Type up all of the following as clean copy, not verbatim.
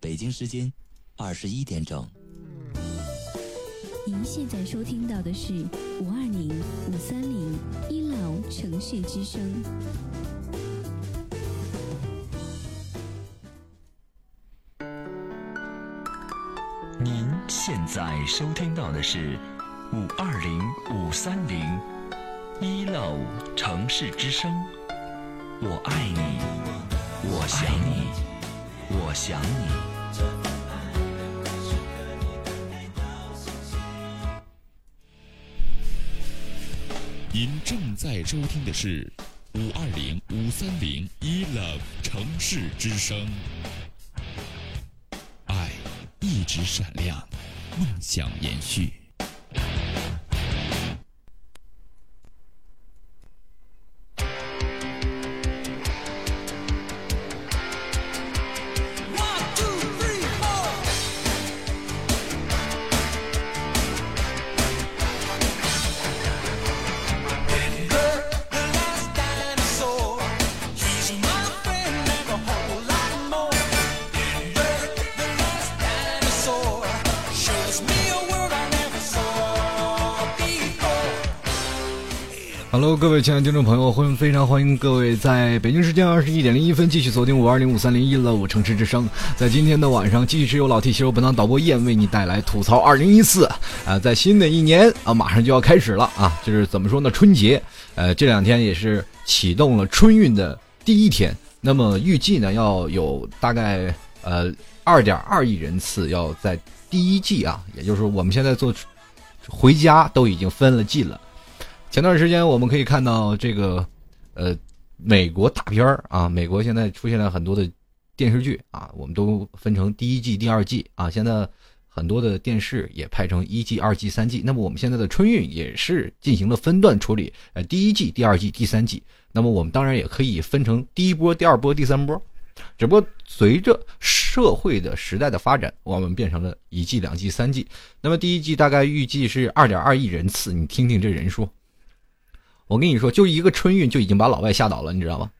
北京时间21点整。 您现在收听到的是520-530一老城市之声。 您现在收听到的是520-530一老城市之声。我爱你，我想你，我想你。 您正在收听的是520-530一老城市之声。爱一直闪亮，梦想延续。 Hello， 各位亲爱的听众朋友，非常欢迎各位在北京时间21点01分继续锁定520-530一老城市之声。在今天的晚上，继续是由老 T 携手本档导播燕为你带来吐槽2014在新的一年马上就要开始了就是怎么说呢，春节这两天也是启动了春运的第一天。那么预计呢要有大概2.2亿人次要在第一季也就是我们现在做回家都已经分了季了。前段时间我们可以看到这个美国大片美国现在出现了很多的电视剧我们都分成第一季第二季现在很多的电视也拍成1季2季3季。那么我们现在的春运也是进行了分段处理第一季第二季第三季。那么我们当然也可以分成第一波第二波第三波，只不过随着社会的时代的发展，我们变成了1季2季3季。那么第一季大概预计是 2.2 亿人次，你听听这人数，我跟你说，就一个春运就已经把老外吓倒了，你知道吗？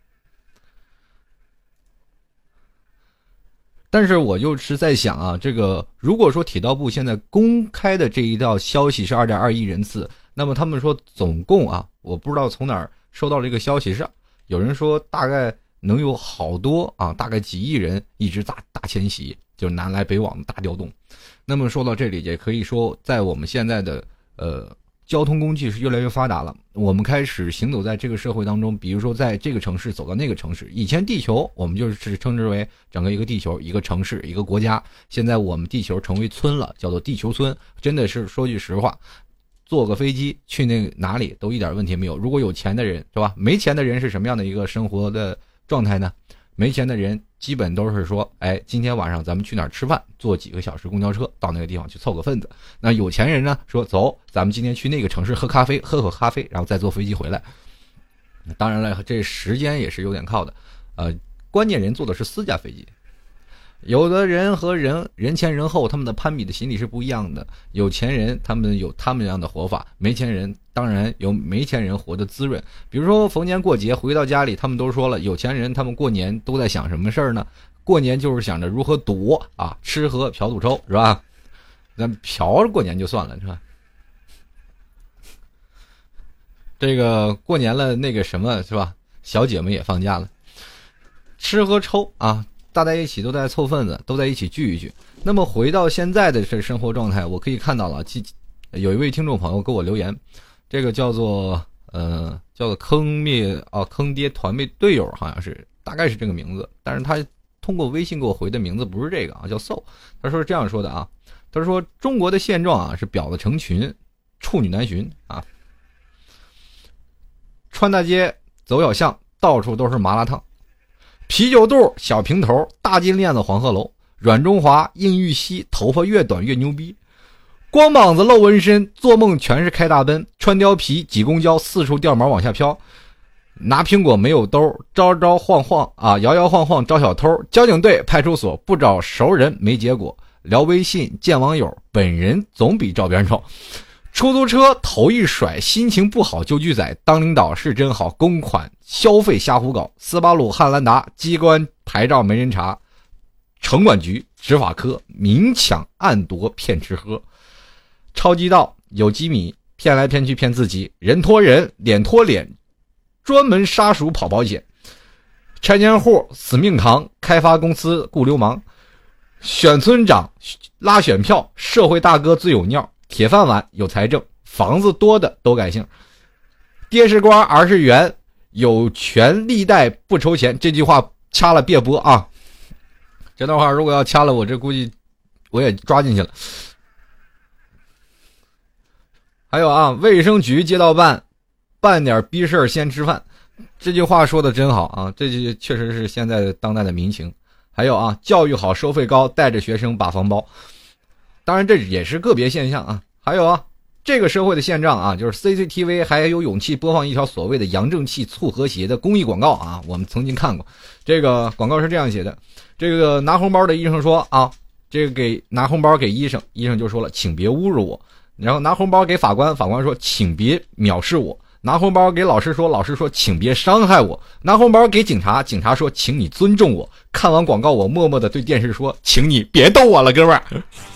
但是我就是在想这个如果说铁道部现在公开的这一道消息是 2.2 亿人次，那么他们说总共我不知道从哪儿收到这个消息，是有人说大概能有好多大概几亿人一直大迁徙，就是南来北往的大调动。那么说到这里，也可以说在我们现在的交通工具是越来越发达了，我们开始行走在这个社会当中，比如说在这个城市走到那个城市。以前地球我们就是称之为整个一个地球一个城市一个国家，现在我们地球成为村了，叫做地球村。真的是说句实话，坐个飞机去那哪里都一点问题没有。如果有钱的人是吧，没钱的人是什么样的一个生活的状态呢？没钱的人基本都是说今天晚上咱们去哪儿吃饭，坐几个小时公交车到那个地方去凑个份子。那有钱人呢说走，咱们今天去那个城市喝咖啡，喝口咖啡然后再坐飞机回来。当然了，这时间也是有点靠的关键人坐的是私家飞机。有的人和人前人后他们的攀比的心理是不一样的，有钱人他们有他们那样的活法，没钱人当然有没钱人活得滋润。比如说逢年过节回到家里，他们都说了，有钱人他们过年都在想什么事儿呢？过年就是想着如何赌吃喝嫖赌抽，是吧？咱嫖着过年就算了，是吧？这个过年了，那个什么是吧？小姐们也放假了，吃喝抽大家一起都在凑份子，都在一起聚一聚。那么回到现在的这生活状态，我可以看到了，有一位听众朋友给我留言，这个叫做坑爹团队友，好像是大概是这个名字，但是他通过微信给我回的名字不是这个叫馊。他说是这样说的他说中国的现状是婊子成群，处女难寻穿大街走小巷，到处都是麻辣烫。啤酒肚小平头，大金链子黄鹤楼，软中华硬玉溪，头发越短越牛逼，光膀子露纹身，做梦全是开大奔，穿貂皮挤公交，四处掉毛往下飘，拿苹果没有兜，摇摇晃晃招小偷，交警队派出所不找熟人没结果，聊微信见网友，本人总比照片丑，出租车头一甩，心情不好就拒载，当领导是真好，公款消费瞎胡搞，斯巴鲁汉兰达机关牌照没人查， 城管局、执法科明抢暗夺骗吃喝，超级盗有机米骗来骗去骗自己，人拖人脸拖脸，专门杀熟跑保险，拆迁户死命扛，开发公司雇流氓，选村长拉选票，社会大哥最有尿，铁饭碗有财政，房子多的都改姓，爹是官儿是员，有权利贷不筹钱。这句话掐了别播啊，这段话如果要掐了我，这估计我也抓进去了。还有啊，卫生局街道办点逼事儿先吃饭，这句话说的真好啊，这就确实是现在当代的民情。还有啊，教育好收费高，带着学生把房包，当然这也是个别现象啊。还有啊，这个社会的现状啊，就是 CCTV 还有勇气播放一条所谓的扬正气促和谐的公益广告啊，我们曾经看过。这个广告是这样写的，这个拿红包的医生说啊，这个拿红包给医生，医生就说了请别侮辱我，然后拿红包给法官，法官说请别藐视我，拿红包给老师说，老师说请别伤害我，拿红包给警察，警察说请你尊重我。看完广告我默默地对电视说，请你别逗我了哥们儿。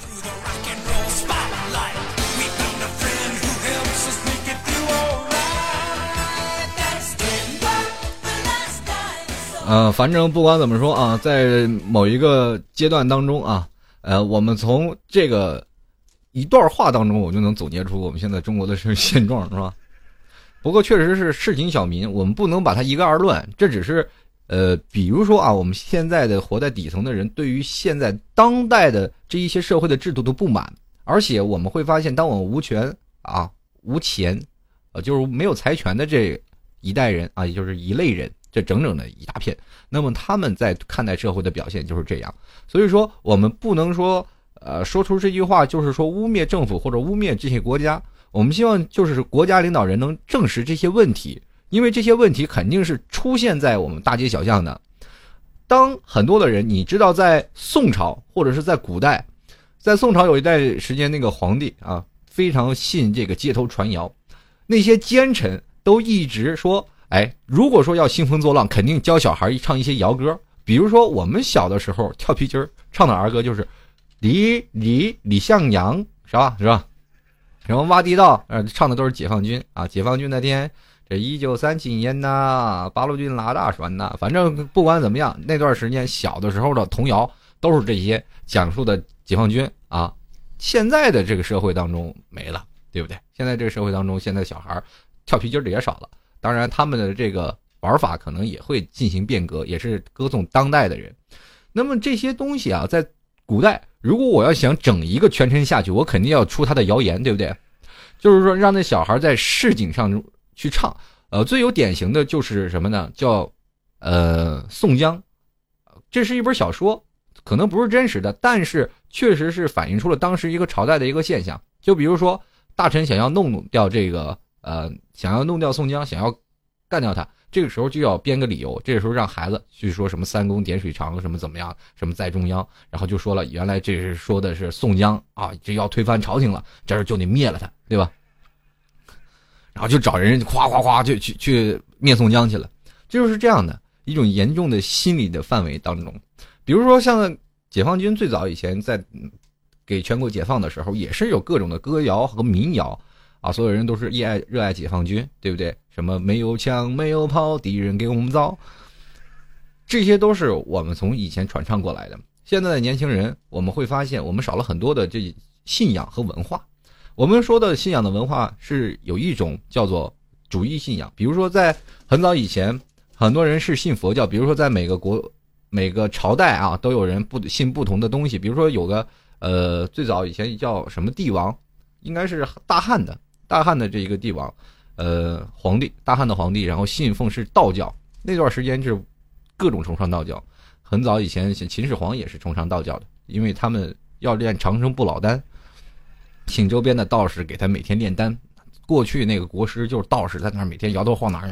反正不管怎么说啊，在某一个阶段当中啊，我们从这个一段话当中，我就能总结出我们现在中国的现状，是吧？不过确实是市井小民，我们不能把它一概而论，这只是比如说啊，我们现在的活在底层的人对于现在当代的这一些社会的制度的不满，而且我们会发现，当我们无权啊、无钱，就是没有财权的这一代人啊，也就是一类人，这整整的一大片，那么他们在看待社会的表现就是这样。所以说我们不能说说出这句话就是说污蔑政府或者污蔑这些国家，我们希望就是国家领导人能正视这些问题，因为这些问题肯定是出现在我们大街小巷的。当很多的人，你知道在宋朝或者是在古代，在宋朝有一段时间，那个皇帝啊非常信这个街头传谣，那些奸臣都一直说，如果说要兴风作浪，肯定教小孩唱一些谣歌，比如说我们小的时候跳皮筋唱的儿歌就是李向阳，是吧？然后挖地道，唱的都是解放军啊，解放军那天，这1937年呐，八路军拉大船呐，反正不管怎么样，那段时间小的时候的童谣都是这些讲述的解放军啊。现在的这个社会当中没了，对不对？现在这个社会当中，现在小孩跳皮筋的也少了，当然他们的这个玩法可能也会进行变革，也是歌颂当代的人。那么这些东西啊，在古代如果我要想整一个全程下去，我肯定要出他的谣言，对不对？就是说让那小孩在市井上去唱，最有典型的就是什么呢？叫宋江，这是一本小说，可能不是真实的，但是确实是反映出了当时一个朝代的一个现象。就比如说大臣想要弄掉这个想要弄掉宋江，想要干掉他，这个时候就要编个理由，这个时候让孩子去说什么三公点水长，什么怎么样，什么在中央，然后就说了原来这是说的是宋江啊，这要推翻朝廷了，这儿就得灭了他，对吧？然后就找人夸夸夸就去灭宋江去了，这就是这样的一种严重的心理的范围当中。比如说像解放军最早以前在给全国解放的时候，也是有各种的歌谣和民谣啊，所有人都是热爱解放军，对不对？什么没有枪没有炮，敌人给我们造，这些都是我们从以前传唱过来的。现在的年轻人，我们会发现我们少了很多的这信仰和文化。我们说的信仰的文化是有一种叫做主义信仰，比如说在很早以前，很多人是信佛教，比如说在每个朝代啊，都有人信不同的东西。比如说有个最早以前叫什么帝王，应该是大汉的这一个帝王，皇帝，大汉的皇帝，然后信奉是道教，那段时间是各种崇尚道教。很早以前秦始皇也是崇尚道教的，因为他们要练长生不老丹，请周边的道士给他每天炼丹。过去那个国师就是道士，在那儿每天摇头晃脑，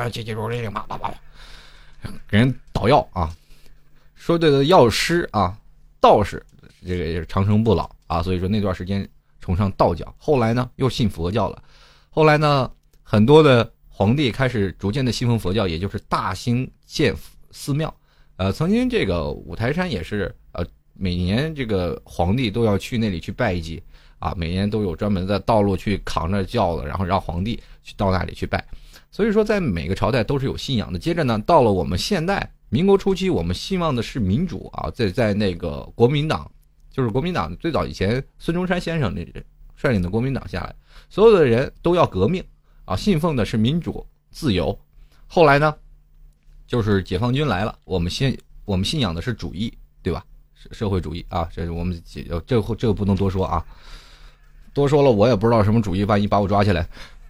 给人捣药啊。说这个药师啊，道士这个也是长生不老啊，所以说那段时间崇尚道教。后来呢又信佛教了，后来呢很多的皇帝开始逐渐的信奉佛教，也就是大兴建寺庙。 曾经这个五台山也是每年这个皇帝都要去那里去拜祭啊，每年都有专门的道路去扛着轿子，然后让皇帝去到那里去拜。所以说在每个朝代都是有信仰的。接着呢，到了我们现代民国初期，我们希望的是民主啊，在那个国民党，就是国民党最早以前孙中山先生率领的国民党下来，所有的人都要革命啊，信奉的是民主自由。后来呢，就是解放军来了，我们信仰的是主义，对吧？社会主义啊，这是我们这个不能多说啊，多说了我也不知道什么主义，万一把我抓起来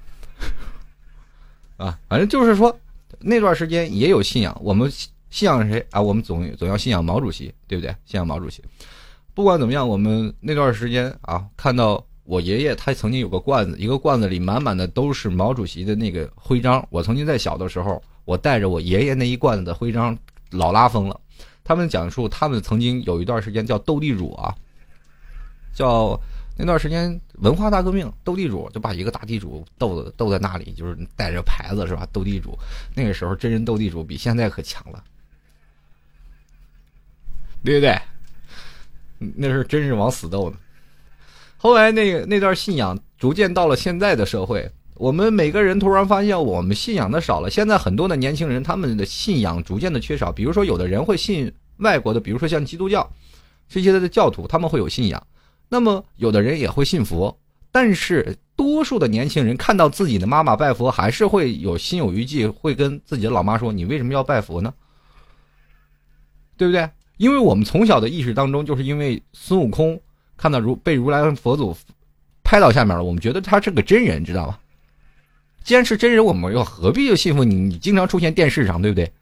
啊，反正就是说那段时间也有信仰，我们信仰谁啊？我们总要信仰毛主席，对不对？信仰毛主席。不管怎么样，我们那段时间啊，看到我爷爷他曾经有个罐子，一个罐子里满满的都是毛主席的那个徽章。我曾经在小的时候，我带着我爷爷那一罐子的徽章老拉风了。他们讲述他们曾经有一段时间叫斗地主啊，叫那段时间文化大革命，斗地主就把一个大地主斗在那里，就是带着牌子是吧？斗地主那个时候真人斗地主比现在可强了，对不对？那是真是往死斗呢。后来那段信仰逐渐到了现在的社会，我们每个人突然发现我们信仰的少了。现在很多的年轻人他们的信仰逐渐的缺少，比如说有的人会信外国的，比如说像基督教这些的教徒，他们会有信仰，那么有的人也会信佛，但是多数的年轻人看到自己的妈妈拜佛还是会有心有余悸，会跟自己的老妈说你为什么要拜佛呢？对不对？因为我们从小的意识当中，就是因为孙悟空看到被如来佛祖拍到下面了，我们觉得他是个真人，知道吧？既然是真人，我们又何必就信服你？你经常出现电视上，对不对？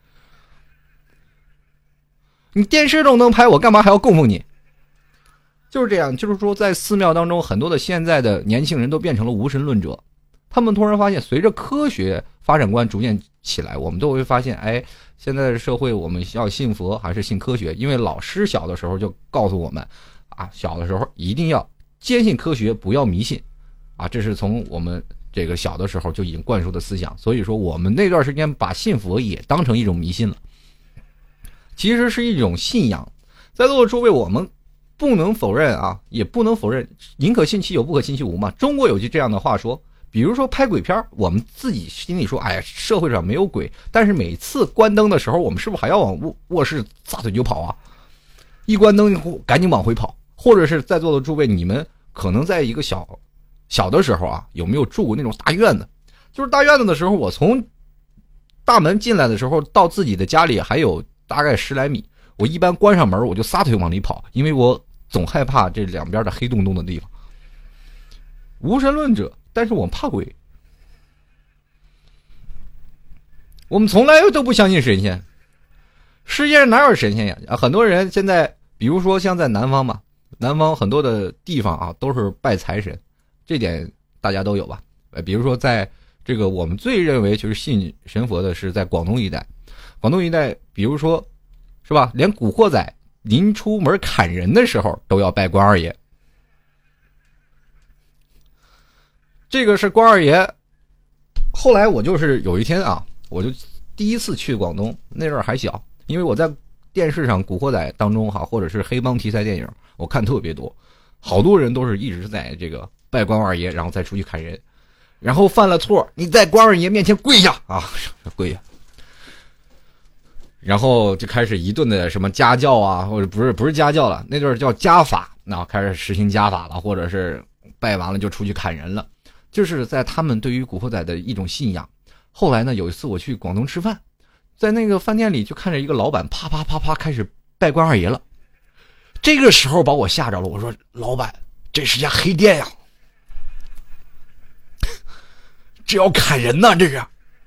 你电视都能拍，我干嘛还要供奉你？就是这样，就是说在寺庙当中，很多的现在的年轻人都变成了无神论者。他们突然发现，随着科学发展观逐渐起来，我们都会发现，哎，现在的社会我们要信佛还是信科学？因为老师小的时候就告诉我们，啊，小的时候一定要坚信科学，不要迷信，啊，这是从我们这个小的时候就已经灌输的思想。所以说，我们那段时间把信佛也当成一种迷信了，其实是一种信仰。在座的诸位，我们不能否认啊，也不能否认，宁可信其有，不可信其无嘛。中国有句这样的话说。比如说拍鬼片，我们自己心里说，哎呀，社会上没有鬼，但是每次关灯的时候，我们是不是还要往卧室撒腿就跑啊？一关灯赶紧往回跑。或者是在座的诸位，你们可能在一个小的时候啊，有没有住过那种大院子？就是大院子的时候，我从大门进来的时候到自己的家里还有大概10来米，我一般关上门我就撒腿往里跑，因为我总害怕这两边的黑洞洞的地方。无神论者，但是我们怕鬼，我们从来都不相信神仙。世界上哪有神仙呀？很多人现在，比如说像在南方嘛，南方很多的地方啊都是拜财神，这点大家都有吧？比如说在这个我们最认为就是信神佛的是在广东一带，广东一带，比如说是吧，连古惑仔临出门砍人的时候都要拜关二爷。这个是关二爷。后来我就是有一天啊，我就第一次去广东，那阵儿还小，因为我在电视上古惑仔当中哈，或者是黑帮题材电影我看特别多，好多人都是一直在这个拜关二爷，然后再出去砍人，然后犯了错你在关二爷面前跪下啊，跪下，然后就开始一顿的什么家教啊，或者不是家教了，那阵儿叫家法，那开始实行家法了，或者是拜完了就出去砍人了，就是在他们对于古惑仔的一种信仰。后来呢，有一次我去广东吃饭，在那个饭店里就看着一个老板啪啪啪啪开始拜关二爷了，这个时候把我吓着了，我说老板这是家黑店呀，这要砍人呢，这是，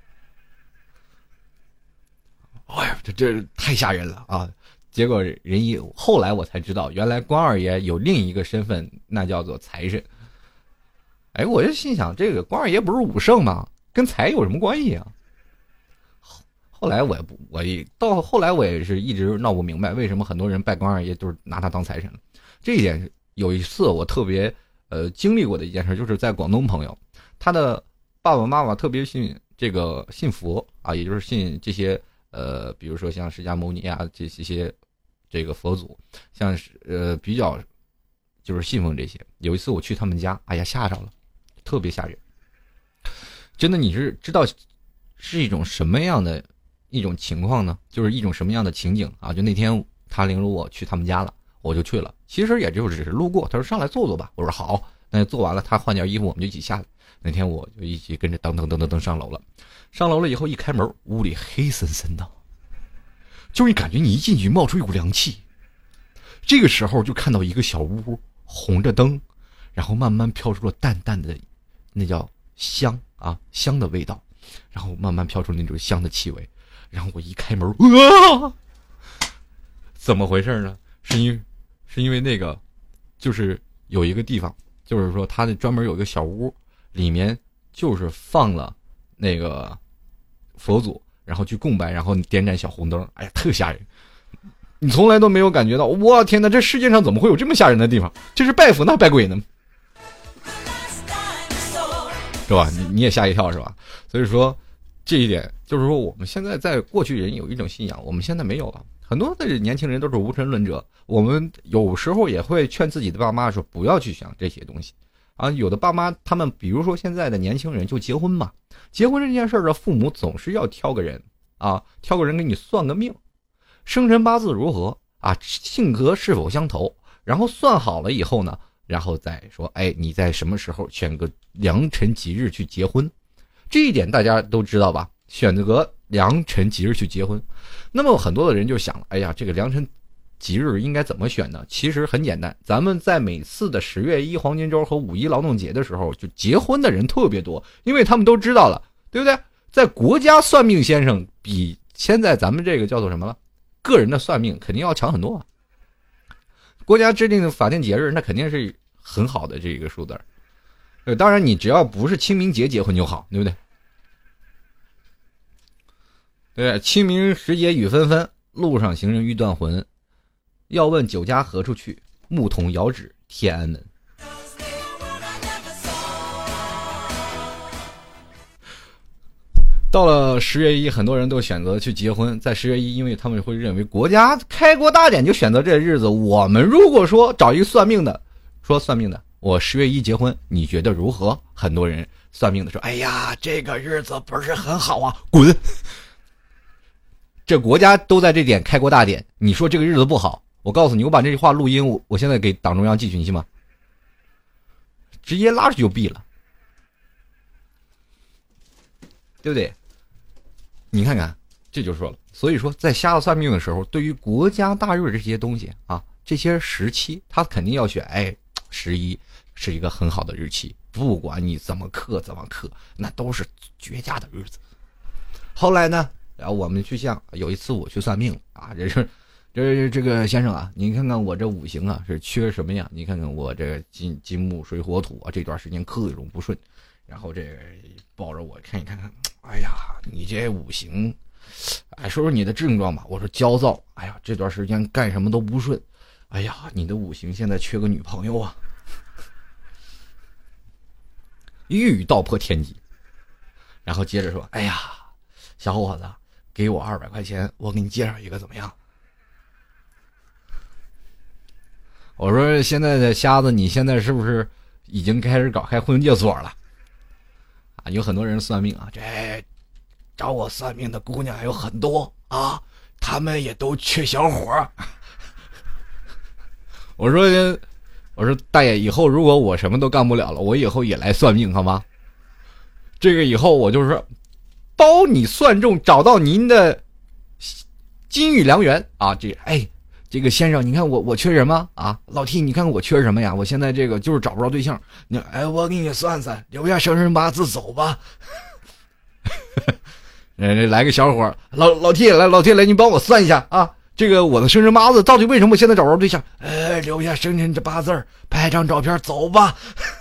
哎呀，这太吓人了啊！结果后来我才知道，原来关二爷有另一个身份，那叫做财神。哎，我就心想，这个关二爷不是武圣吗？跟财有什么关系啊？后来到后来我也是一直闹不明白，为什么很多人拜关二爷就是拿他当财神了。这一点有一次我特别经历过的一件事，就是在广东朋友，他的爸爸妈妈特别信佛啊，也就是信这些比如说像释迦牟尼啊这些这个佛祖，像是比较就是信奉这些。有一次我去他们家，哎呀吓着了，特别吓人。真的，你是知道是一种什么样的一种情况呢？就是一种什么样的情景啊？就那天他领着我去他们家了，我就去了。其实也就只是路过，他说上来坐坐吧，我说好。那就做完了，他换件衣服，我们就一起下来。那天我就一起跟着噔上楼了。上楼了以后一开门，屋里黑森森的，就是你感觉你一进去冒出一股凉气。这个时候就看到一个小屋红着灯，然后慢慢飘出了淡淡的那叫香啊香的味道，然后慢慢飘出那种香的气味。然后我一开门，怎么回事呢？是因为那个就是有一个地方，就是说他那专门有一个小屋，里面就是放了那个佛祖，然后去供拜，然后点盏小红灯，哎呀特吓人。你从来都没有感觉到，我天哪，这世界上怎么会有这么吓人的地方？这是拜佛那拜鬼呢，是吧？你也吓一跳是吧？所以说这一点就是说，我们现在在过去人有一种信仰，我们现在没有了。很多的年轻人都是无神论者，我们有时候也会劝自己的爸妈说不要去想这些东西啊。有的爸妈他们比如说现在的年轻人就结婚嘛，结婚这件事儿的父母总是要挑个人啊，挑个人给你算个命，生辰八字如何啊，性格是否相投，然后算好了以后呢，然后再说哎你在什么时候选个良辰吉日去结婚。这一点大家都知道吧，选择良辰吉日去结婚。那么很多的人就想了，哎呀这个良辰吉日应该怎么选呢？其实很简单，咱们在每次的10月1黄金周和5一劳动节的时候，就结婚的人特别多，因为他们都知道了，对不对？在国家算命先生比现在咱们这个叫做什么了，个人的算命肯定要强很多啊。国家制定的法定节日那肯定是很好的这个数字，当然你只要不是清明节结婚就好，对不对？对，清明时节雨纷纷，路上行人欲断魂。要问酒家何处去？牧童遥指天安门。到了10月1，很多人都选择去结婚。在10月1，因为他们会认为国家开国大典就选择这日子。我们如果说找一个算命的，说算命的，我10月1结婚，你觉得如何？很多人算命的说，哎呀，这个日子不是很好啊，滚！这国家都在这点开国大典，你说这个日子不好，我告诉你，我把这句话录音，我现在给党中央寄去，你信吗？直接拉出去就毙了，对不对？你看看，这就说了。所以说，在瞎子算命的时候，对于国家大日这些东西啊，这些时期，他肯定要选。哎，11是一个很好的日期，不管你怎么克，那都是绝佳的日子。后来呢？然后我们去有一次我去算命啊，这个先生啊，您看看我这五行啊是缺什么呀？你看看我这个金木水火土啊，这段时间各种不顺。然后这个抱着我看一看，哎呀，你这五行，哎，说说你的症状吧。我说焦躁，哎呀，这段时间干什么都不顺。哎呀，你的五行现在缺个女朋友啊。一语道破天机。然后接着说，哎呀，小伙子，给我200块钱，我给你介绍一个怎么样？我说现在的瞎子，你现在是不是已经开始搞开婚介所了？啊，有很多人算命啊，这找我算命的姑娘还有很多啊，他们也都缺小伙。我说大爷，以后如果我什么都干不了了，我以后也来算命好吗？这个以后我就是包你算中，找到您的金玉良缘啊！这个先生，你看我缺什么啊？老 T， 你看看我缺什么呀？我现在这个就是找不着对象。我给你算算，留下生辰八字走吧。来个小伙，老 T 来，你帮我算一下啊！这个我的生辰八字到底为什么现在找不着对象？留下生辰这8字，拍张照片走吧，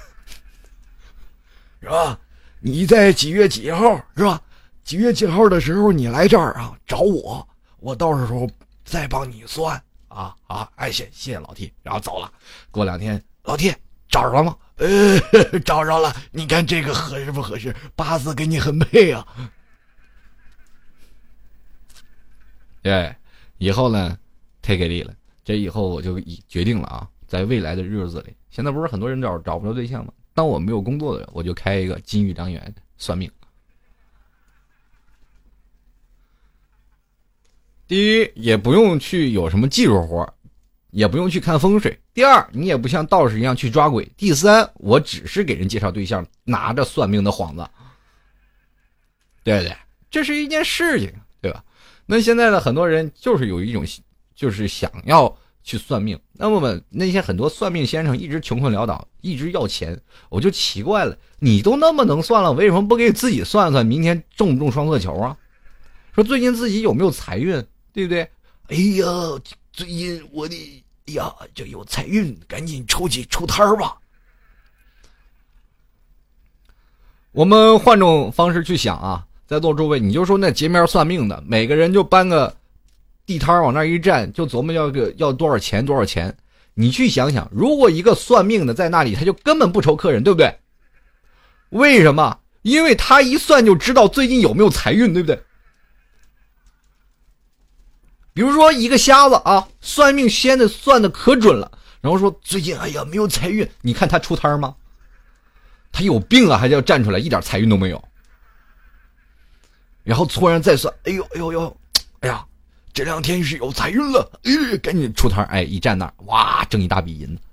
是吧？你在几月几号是吧？几月几号的时候你来这儿啊找我到时候再帮你算啊！谢谢老 T， 然后走了。过2天，老 T 找着了吗？找着了。你看这个合适不合适？八字给你很配啊。 对，以后呢 take it easy了，这以后我就决定了啊，在未来的日子里，现在不是很多人找不着对象吗？当我没有工作的人，我就开一个金玉良缘算命。第一，也不用去有什么技术活，也不用去看风水。第二，你也不像道士一样去抓鬼。第三，我只是给人介绍对象，拿着算命的幌子，对不对？这是一件事情，对吧？那现在的很多人就是有一种，就是想要去算命。那么那些很多算命先生一直穷困潦倒，一直要钱，我就奇怪了，你都那么能算了，为什么不给自己算算明天中不中双色球啊？说最近自己有没有财运，对不对？哎呀，最近我的这有财运，赶紧抽摊儿吧。我们换种方式去想啊，在座诸位，你就说那街面算命的，每个人就搬个地摊往那一站，就琢磨要多少钱。你去想想，如果一个算命的在那里，他就根本不愁客人，对不对？为什么？因为他一算就知道最近有没有财运，对不对？比如说一个瞎子啊，算命先的算的可准了，然后说最近没有财运，你看他出摊吗？他有病啊，还是要站出来，一点财运都没有。然后突然再算，哎呀，这2天是有财运了，赶紧出摊，一站那儿，哇，挣一大笔银子。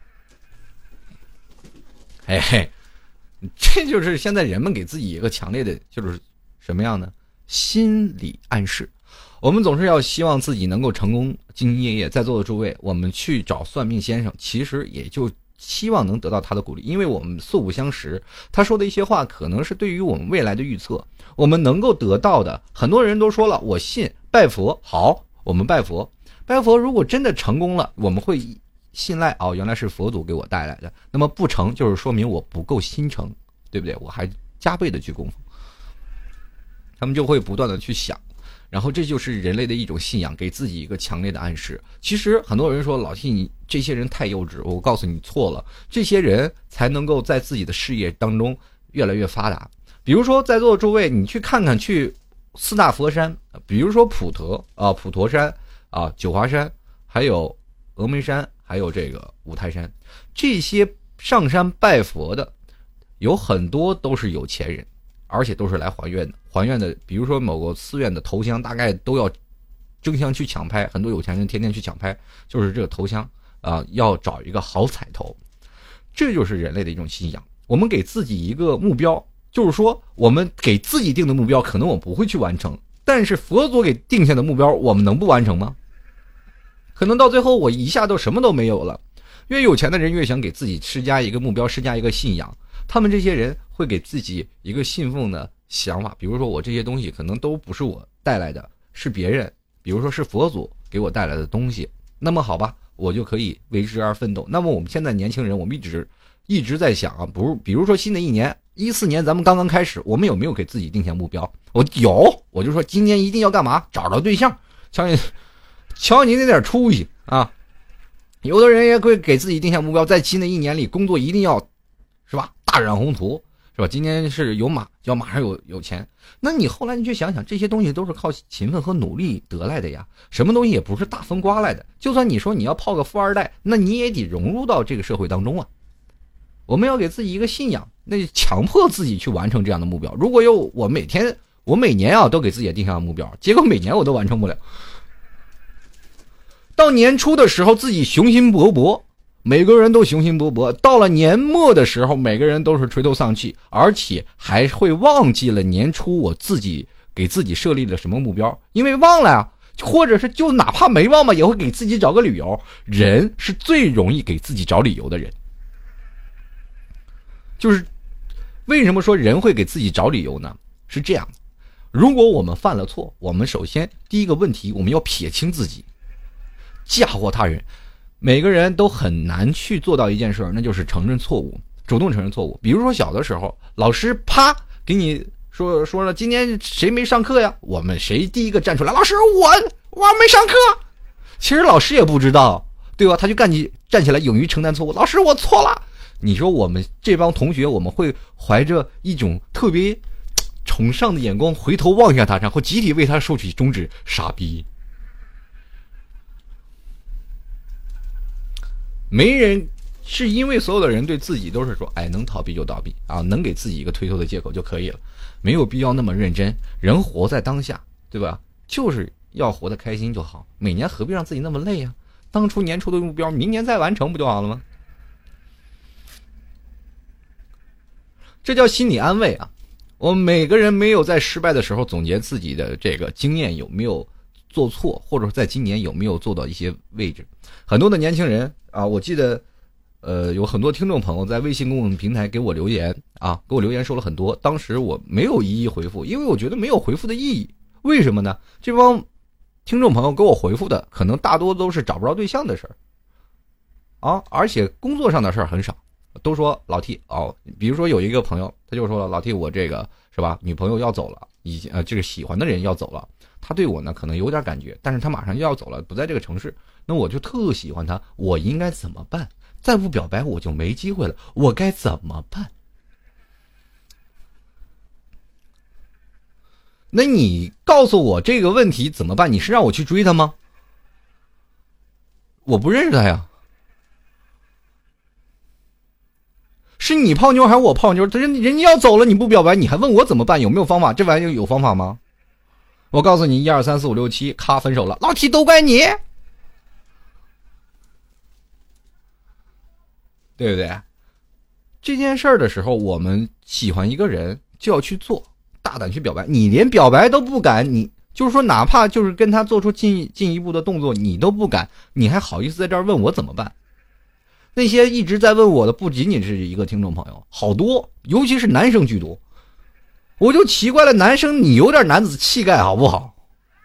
这就是现在人们给自己一个强烈的，就是什么样呢？心理暗示。我们总是要希望自己能够成功兢兢业业，在座的诸位，我们去找算命先生，其实也就希望能得到他的鼓励，因为我们素不相识，他说的一些话可能是对于我们未来的预测，我们能够得到的。很多人都说了，我信拜佛，好，我们拜佛，如果真的成功了，我们会信赖，原来是佛祖给我带来的，那么不成就是说明我不够心诚，对不对？我还加倍的去供奉，他们就会不断的去想，然后这就是人类的一种信仰，给自己一个强烈的暗示。其实很多人说老 T 你这些人太幼稚，我告诉你错了，这些人才能够在自己的事业当中越来越发达。比如说在座的诸位，你去看看去4大佛山，比如说普陀山九华山，还有峨眉山，还有这个五台山，这些上山拜佛的有很多都是有钱人，而且都是来还愿的，比如说某个寺院的头香大概都要争相去抢拍，很多有钱人天天去抢拍，就是这个头香要找一个好彩头。这就是人类的一种信仰。我们给自己一个目标，就是说我们给自己定的目标可能我不会去完成，但是佛祖给定下的目标我们能不完成吗？可能到最后我一下都什么都没有了。越有钱的人越想给自己施加一个目标，施加一个信仰，他们这些人会给自己一个信奉的想法，比如说我这些东西可能都不是我带来的，是别人，比如说是佛祖给我带来的东西，那么好吧，我就可以为之而奋斗。那么我们现在年轻人，我们一直在想啊，比如说新的一年14年咱们刚刚开始，我们有没有给自己定下目标？我就说今年一定要干嘛？找到对象，瞧你那点出息啊！有的人也会给自己定下目标，在新的一年里工作一定要是吧，大展宏图，是吧？今年是有马，就要马上有钱。那你后来你去想想，这些东西都是靠勤奋和努力得来的呀，什么东西也不是大风刮来的。就算你说你要泡个富二代，那你也得融入到这个社会当中啊。我们要给自己一个信仰，那就强迫自己去完成这样的目标。如果我每年都给自己定下目标，结果每年我都完成不了。到年初的时候自己雄心勃勃，每个人都雄心勃勃，到了年末的时候每个人都是垂头丧气，而且还会忘记了年初我自己给自己设立了什么目标，因为忘了啊，或者是就哪怕没忘吧，也会给自己找个理由。人是最容易给自己找理由的人，就是为什么说人会给自己找理由呢？是这样，如果我们犯了错，我们首先第一个问题我们要撇清自己，嫁祸他人。每个人都很难去做到一件事，那就是承认错误，主动承认错误。比如说小的时候，老师啪给你说了今天谁没上课呀，我们谁第一个站出来，老师我没上课。其实老师也不知道，对吧？他就站起来勇于承担错误，老师我错了。你说我们这帮同学，我们会怀着一种特别崇尚的眼光回头望向他，然后集体为他竖起中指，傻逼， 没人是因为所有的人对自己都是说，哎，能逃避就逃避啊，能给自己一个推脱的借口就可以了，没有必要那么认真。人活在当下，对吧？就是要活得开心就好，每年何必让自己那么累啊？当初年初的目标，明年再完成不就好了吗？这叫心理安慰啊！我们每个人没有在失败的时候总结自己的这个经验有没有做错，或者在今年有没有做到一些位置。很多的年轻人啊，我记得有很多听众朋友在微信公众平台给我留言啊，给我留言说了很多，当时我没有一一回复，因为我觉得没有回复的意义。为什么呢？这帮听众朋友给我回复的可能大多都是找不着对象的事儿啊，而且工作上的事儿很少，都说老 T 哦，比如说有一个朋友他就说了，老 T 我这个是吧，女朋友要走了，这个喜欢的人要走了，他对我呢可能有点感觉，但是他马上就要走了，不在这个城市，那我就特喜欢他，我应该怎么办？再不表白我就没机会了，我该怎么办？那你告诉我这个问题怎么办？你是让我去追他吗？我不认识他呀。是你泡妞还是我泡妞？人家要走了你不表白，你还问我怎么办？有没有方法？这玩意儿有方法吗？我告诉你，1、2、3、4、5、6、7，咔分手了，老T都怪你，对不对？这件事儿的时候，我们喜欢一个人就要去做，大胆去表白。你连表白都不敢，你就是说哪怕就是跟他做出进一步的动作你都不敢，你还好意思在这儿问我怎么办？那些一直在问我的不仅仅是一个听众朋友，好多，尤其是男生居多。我就奇怪了，男生你有点男子气概好不好？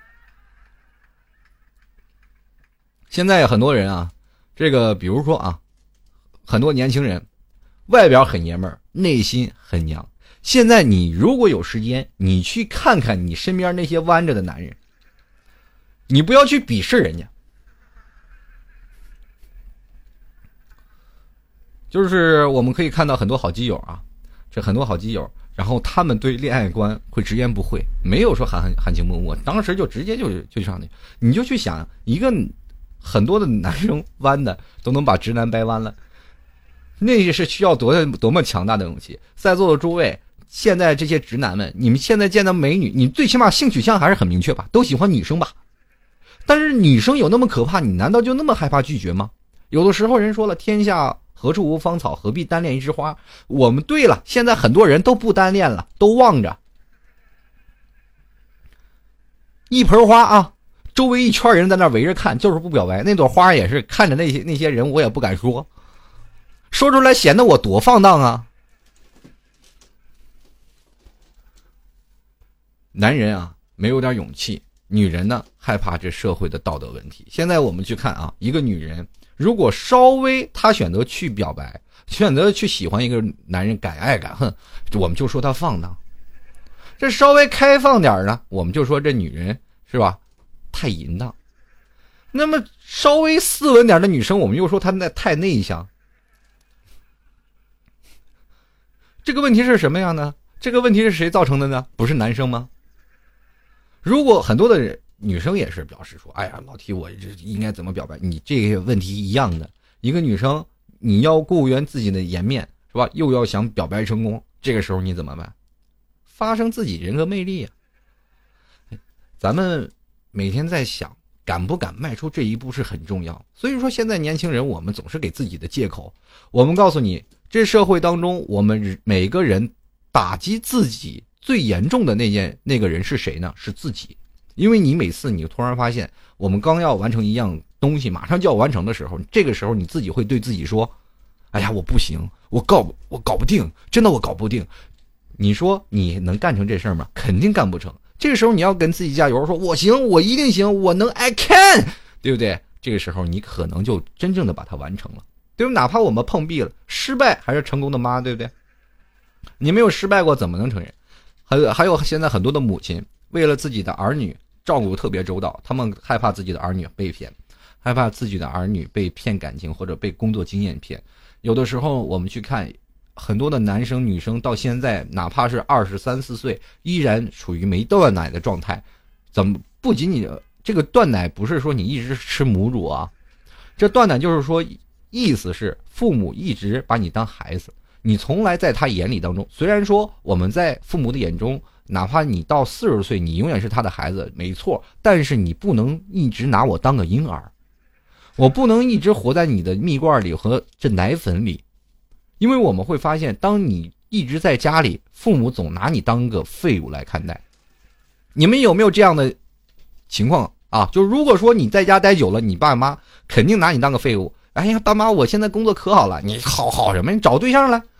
现在很多人啊，这个比如说啊，很多年轻人外表很爷们儿，内心很娘。现在你如果有时间，你去看看你身边那些弯着的男人，你不要去鄙视人家。就是我们可以看到很多好基友啊，这很多好基友，然后他们对恋爱观会直言不讳，没有说含情脉脉，当时就直接就上去。你就去想，一个很多的男生弯的都能把直男掰弯了，那是需要多么强大的勇气。在座的诸位，现在这些直男们，你们现在见到美女，你最起码性取向还是很明确吧，都喜欢女生吧？但是女生有那么可怕，你难道就那么害怕拒绝吗？有的时候人说了，天下何处无芳草，何必单恋一枝花。我们对了，现在很多人都不单恋了，都望着一盆花啊，周围一圈人在那围着看，就是不表白。那朵花也是看着那些人，我也不敢说出来显得我多放荡啊。男人啊没有点勇气，女人呢害怕这社会的道德问题。现在我们去看啊，一个女人如果稍微她选择去表白，选择去喜欢一个男人，敢爱敢恨，我们就说她放荡。这稍微开放点呢，我们就说这女人是吧太淫荡。那么稍微斯文点的女生，我们又说她太内向。这个问题是什么样呢？这个问题是谁造成的呢？不是男生吗？如果很多的女生也是表示说，哎呀，老T我这应该怎么表白？你这个问题一样的，一个女生你要顾全自己的颜面是吧，又要想表白成功，这个时候你怎么办？发生自己人格魅力啊。咱们每天在想敢不敢迈出这一步是很重要。所以说现在年轻人我们总是给自己的借口。我们告诉你，这社会当中我们每个人打击自己最严重的那个人是谁呢？是自己。因为你每次你突然发现我们刚要完成一样东西马上就要完成的时候，这个时候你自己会对自己说，哎呀我不行，我搞不定，真的我搞不定。你说你能干成这事儿吗？肯定干不成。这个时候你要跟自己加油，说我行，我一定行，我能 I can， 对不对？这个时候你可能就真正的把它完成了，对不对？哪怕我们碰壁了，失败还是成功的妈，对不对？你没有失败过怎么能承认？还有现在很多的母亲为了自己的儿女照顾特别周到，他们害怕自己的儿女被骗，害怕自己的儿女被骗感情或者被工作经验骗。有的时候我们去看很多的男生女生到现在哪怕是23、24岁依然处于没断奶的状态。怎么不仅仅这个断奶不是说你一直吃母乳啊，这断奶就是说意思是父母一直把你当孩子，你从来在他眼里当中，虽然说我们在父母的眼中，哪怕你到40岁，你永远是他的孩子，没错，但是你不能一直拿我当个婴儿，我不能一直活在你的蜜罐里和这奶粉里，因为我们会发现，当你一直在家里，父母总拿你当个废物来看待。你们有没有这样的情况啊？就如果说你在家待久了，你爸妈肯定拿你当个废物。哎呀，爸妈，我现在工作可好了，你好什么？你找对象了？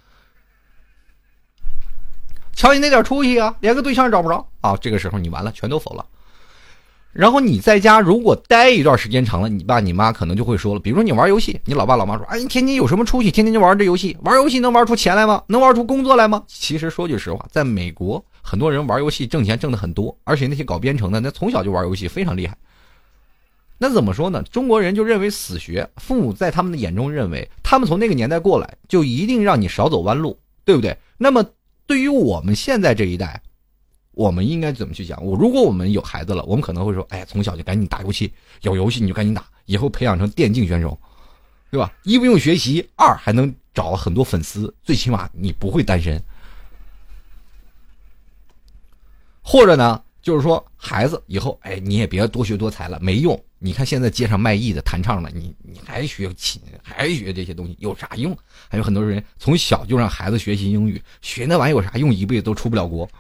瞧你那点出息啊，连个对象找不着啊！这个时候你完了，全都否了。然后你在家如果待一段时间长了，你爸你妈可能就会说了，比如说你玩游戏，你老爸老妈说，哎，你天天有什么出息，天天就玩这游戏，玩游戏能玩出钱来吗？能玩出工作来吗？其实说句实话，在美国很多人玩游戏挣钱挣得很多，而且那些搞编程的那从小就玩游戏非常厉害。那怎么说呢？中国人就认为死学，父母在他们的眼中认为他们从那个年代过来就一定让你少走弯路，对不对？那么对于我们现在这一代，我们应该怎么去讲？如果我们有孩子了，我们可能会说，哎，从小就赶紧打游戏，有游戏你就赶紧打，以后培养成电竞选手，对吧？一不用学习，二还能找很多粉丝，最起码你不会单身。或者呢，就是说孩子以后，哎，你也别多学多才了，没用。你看现在街上卖艺的、弹唱的，你还学琴，还学这些东西有啥用？还有很多人从小就让孩子学习英语，学那玩意有啥用？一辈子都出不了国。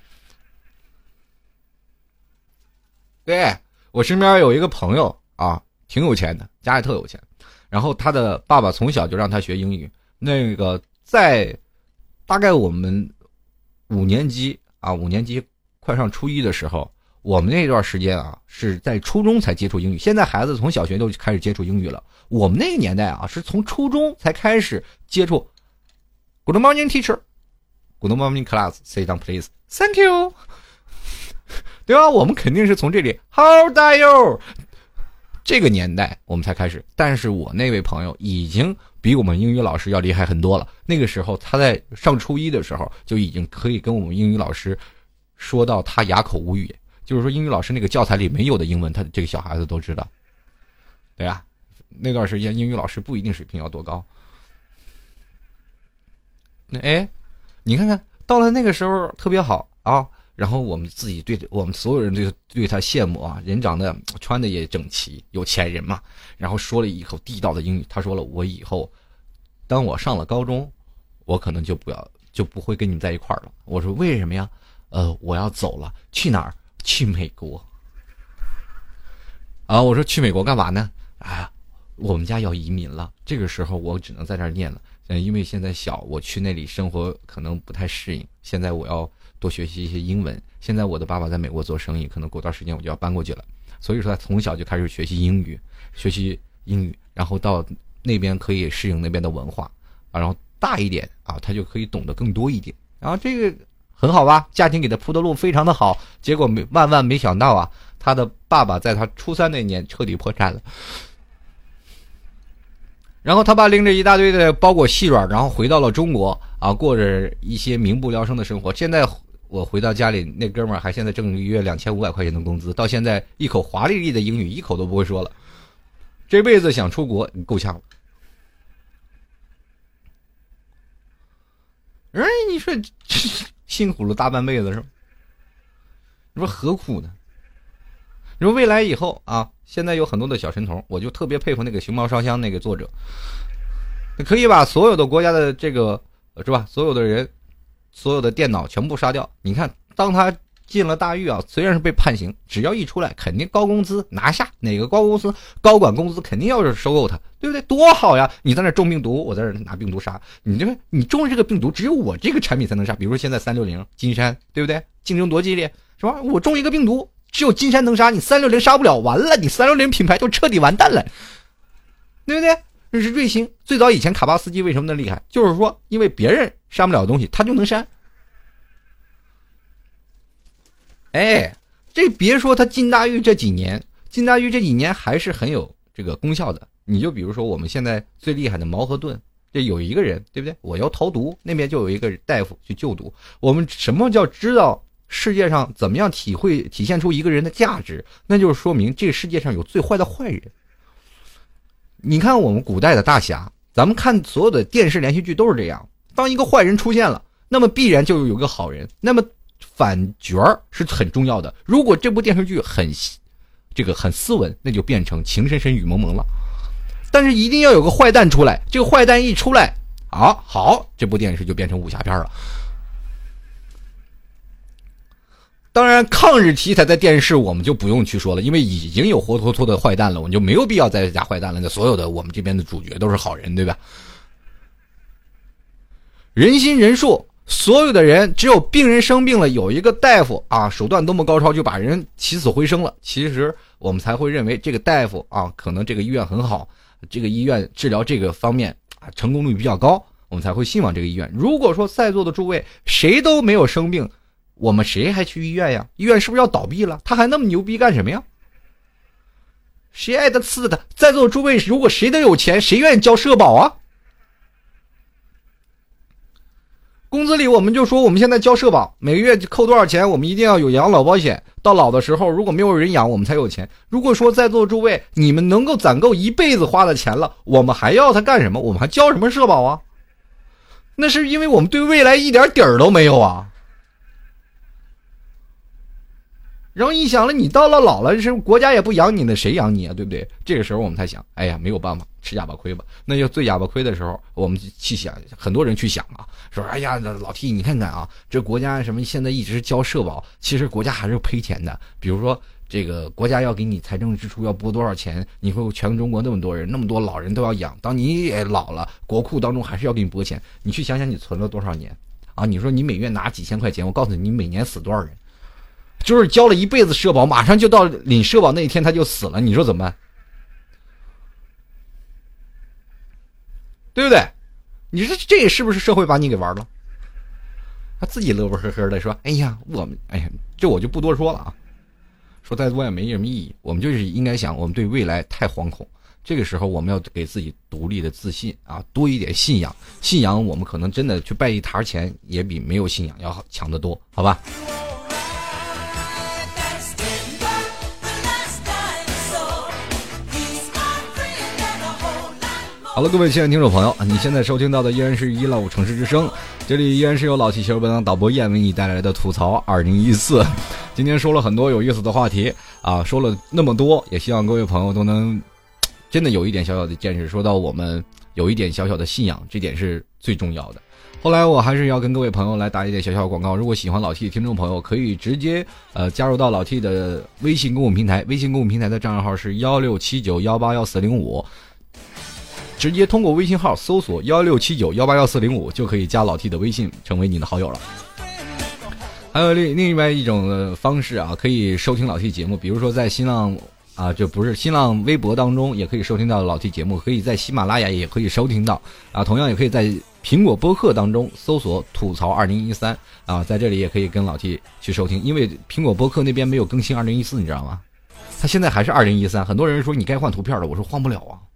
对，我身边有一个朋友啊，挺有钱的，家里特有钱，然后他的爸爸从小就让他学英语。那个在大概我们5年级快上初一的时候，我们那段时间啊是在初中才接触英语。现在孩子从小学就开始接触英语了，我们那个年代啊是从初中才开始接触 Good morning teacher, Good morning class, sit down please, Thank you。对吧？我们肯定是从这里 How old are you 这个年代我们才开始，但是我那位朋友已经比我们英语老师要厉害很多了。那个时候他在上初一的时候就已经可以跟我们英语老师说到他哑口无语，就是说英语老师那个教材里没有的英文，他这个小孩子都知道。对啊，那段时间英语老师不一定水平要多高。哎，你看看到了那个时候特别好啊。然后我们自己我们所有人对他羡慕啊，人长得穿的也整齐，有钱人嘛。然后说了一口地道的英语，他说了，我以后当我上了高中，我可能就不会跟你们在一块儿了。我说为什么呀？我要走了，去哪儿？去美国。啊，我说去美国干嘛呢？啊，我们家要移民了，这个时候我只能在这儿念了。因为现在小，我去那里生活可能不太适应。现在我要多学习一些英文。现在我的爸爸在美国做生意，可能过段时间我就要搬过去了。所以说他从小就开始学习英语，然后到那边可以适应那边的文化啊，然后大一点啊，他就可以懂得更多一点。然后这个很好吧，家庭给他铺的路非常的好。结果万万没想到啊，他的爸爸在他初3那年彻底破产了。然后他爸拎着一大堆的包裹细软，然后回到了中国啊，过着一些民不聊生的生活。现在我回到家里，那哥们儿还现在挣一个月2500块钱的工资，到现在一口华丽丽的英语一口都不会说了。这辈子想出国，你够呛了。哎，你说辛苦了大半辈子是吧？你说何苦呢？你说未来以后啊，现在有很多的小神童，我就特别佩服那个熊猫烧香那个作者，可以把所有的国家的这个是吧，所有的人，所有的电脑全部杀掉。你看，当他进了大狱啊，虽然是被判刑，只要一出来，肯定高工资拿下，哪个高公司高管公司肯定要是收购他，对不对？多好呀！你在那种病毒，我在那拿病毒杀你，你种这个病毒，只有我这个产品才能杀。比如说现在360、金山，对不对？竞争多激烈，是吧？我种一个病毒。只有金山能杀你，360杀不了，完了，你360品牌就彻底完蛋了，对不对？这是瑞星，最早以前卡巴斯基为什么能厉害？就是说，因为别人删不了的东西，他就能删。哎，这别说他进大狱这几年还是很有这个功效的。你就比如说我们现在最厉害的毛和盾，这有一个人，对不对？我要投毒，那边就有一个大夫去救毒。我们什么叫知道？世界上怎么样体现出一个人的价值？那就是说明这个世界上有最坏的坏人。 你看我们古代的大侠，咱们看所有的电视连续剧都是这样，当一个坏人出现了，那么必然就有个好人，那么反角是很重要的。如果这部电视剧很斯文，那就变成情深深雨蒙蒙了。但是一定要有个坏蛋出来，这个坏蛋一出来啊，好，这部电视就变成武侠片了。当然抗日题材的电视我们就不用去说了，因为已经有活脱脱的坏蛋了，我们就没有必要再加坏蛋了。那所有的我们这边的主角都是好人，对吧？人心人术，所有的人只有病人生病了，有一个大夫啊，手段多么高超，就把人起死回生了。其实我们才会认为这个大夫啊，可能这个医院很好，这个医院治疗这个方面啊成功率比较高，我们才会信望这个医院。如果说在座的诸位谁都没有生病，我们谁还去医院呀？医院是不是要倒闭了？他还那么牛逼干什么呀？谁爱他呲的他？在座的诸位，如果谁都有钱，谁愿意交社保啊？工资里我们就说我们现在交社保，每个月扣多少钱，我们一定要有养老保险，到老的时候如果没有人养，我们才有钱。如果说在座的诸位你们能够攒够一辈子花的钱了，我们还要他干什么？我们还交什么社保啊？那是因为我们对未来一点底儿都没有啊。然后一想了，你到了老了，是国家也不养你，那谁养你啊？对不对？这个时候我们才想，哎呀，没有办法，吃哑巴亏吧。那就最哑巴亏的时候，我们去想，很多人去想啊，说，哎呀，老 T， 你看看啊，这国家什么现在一直交社保，其实国家还是赔钱的。比如说，这个国家要给你财政支出要拨多少钱？你说全中国那么多人，那么多老人都要养，当你也老了，国库当中还是要给你拨钱。你去想想，你存了多少年啊？你说你每月拿几千块钱，我告诉你，你每年死多少人？就是交了一辈子社保，马上就到领社保那一天他就死了，你说怎么办？对不对？你说这是不是社会把你给玩了？他自己乐不呵呵的说，哎呀，这我就不多说了啊，说再多也没什么意义。我们就是应该想，我们对未来太惶恐，这个时候我们要给自己独立的自信啊，多一点信仰。信仰我们可能真的去拜一沓钱，也比没有信仰要强得多，好吧？好了，各位亲爱的听众朋友，你现在收听到的依然是165城市之声，这里依然是由老 T 小本档导播燕为你带来的吐槽2014。今天说了很多有意思的话题啊，说了那么多，也希望各位朋友都能真的有一点小小的见识，说到我们有一点小小的信仰，这点是最重要的。后来我还是要跟各位朋友来打一点小小广告，如果喜欢老 T 的听众朋友可以直接加入到老 T 的微信公共平台，微信公共平台的账号是1679181405，直接通过微信号搜索1679181405就可以加老 T 的微信成为你的好友了。还有另外一种方式啊，可以收听老 T 节目，比如说在新浪啊，这不是新浪微博当中也可以收听到老 T 节目，可以在喜马拉雅也可以收听到啊，同样也可以在苹果播客当中搜索吐槽2013啊，在这里也可以跟老 T 去收听，因为苹果播客那边没有更新2014，你知道吗？他现在还是2013，很多人说你该换图片了，我说换不了啊。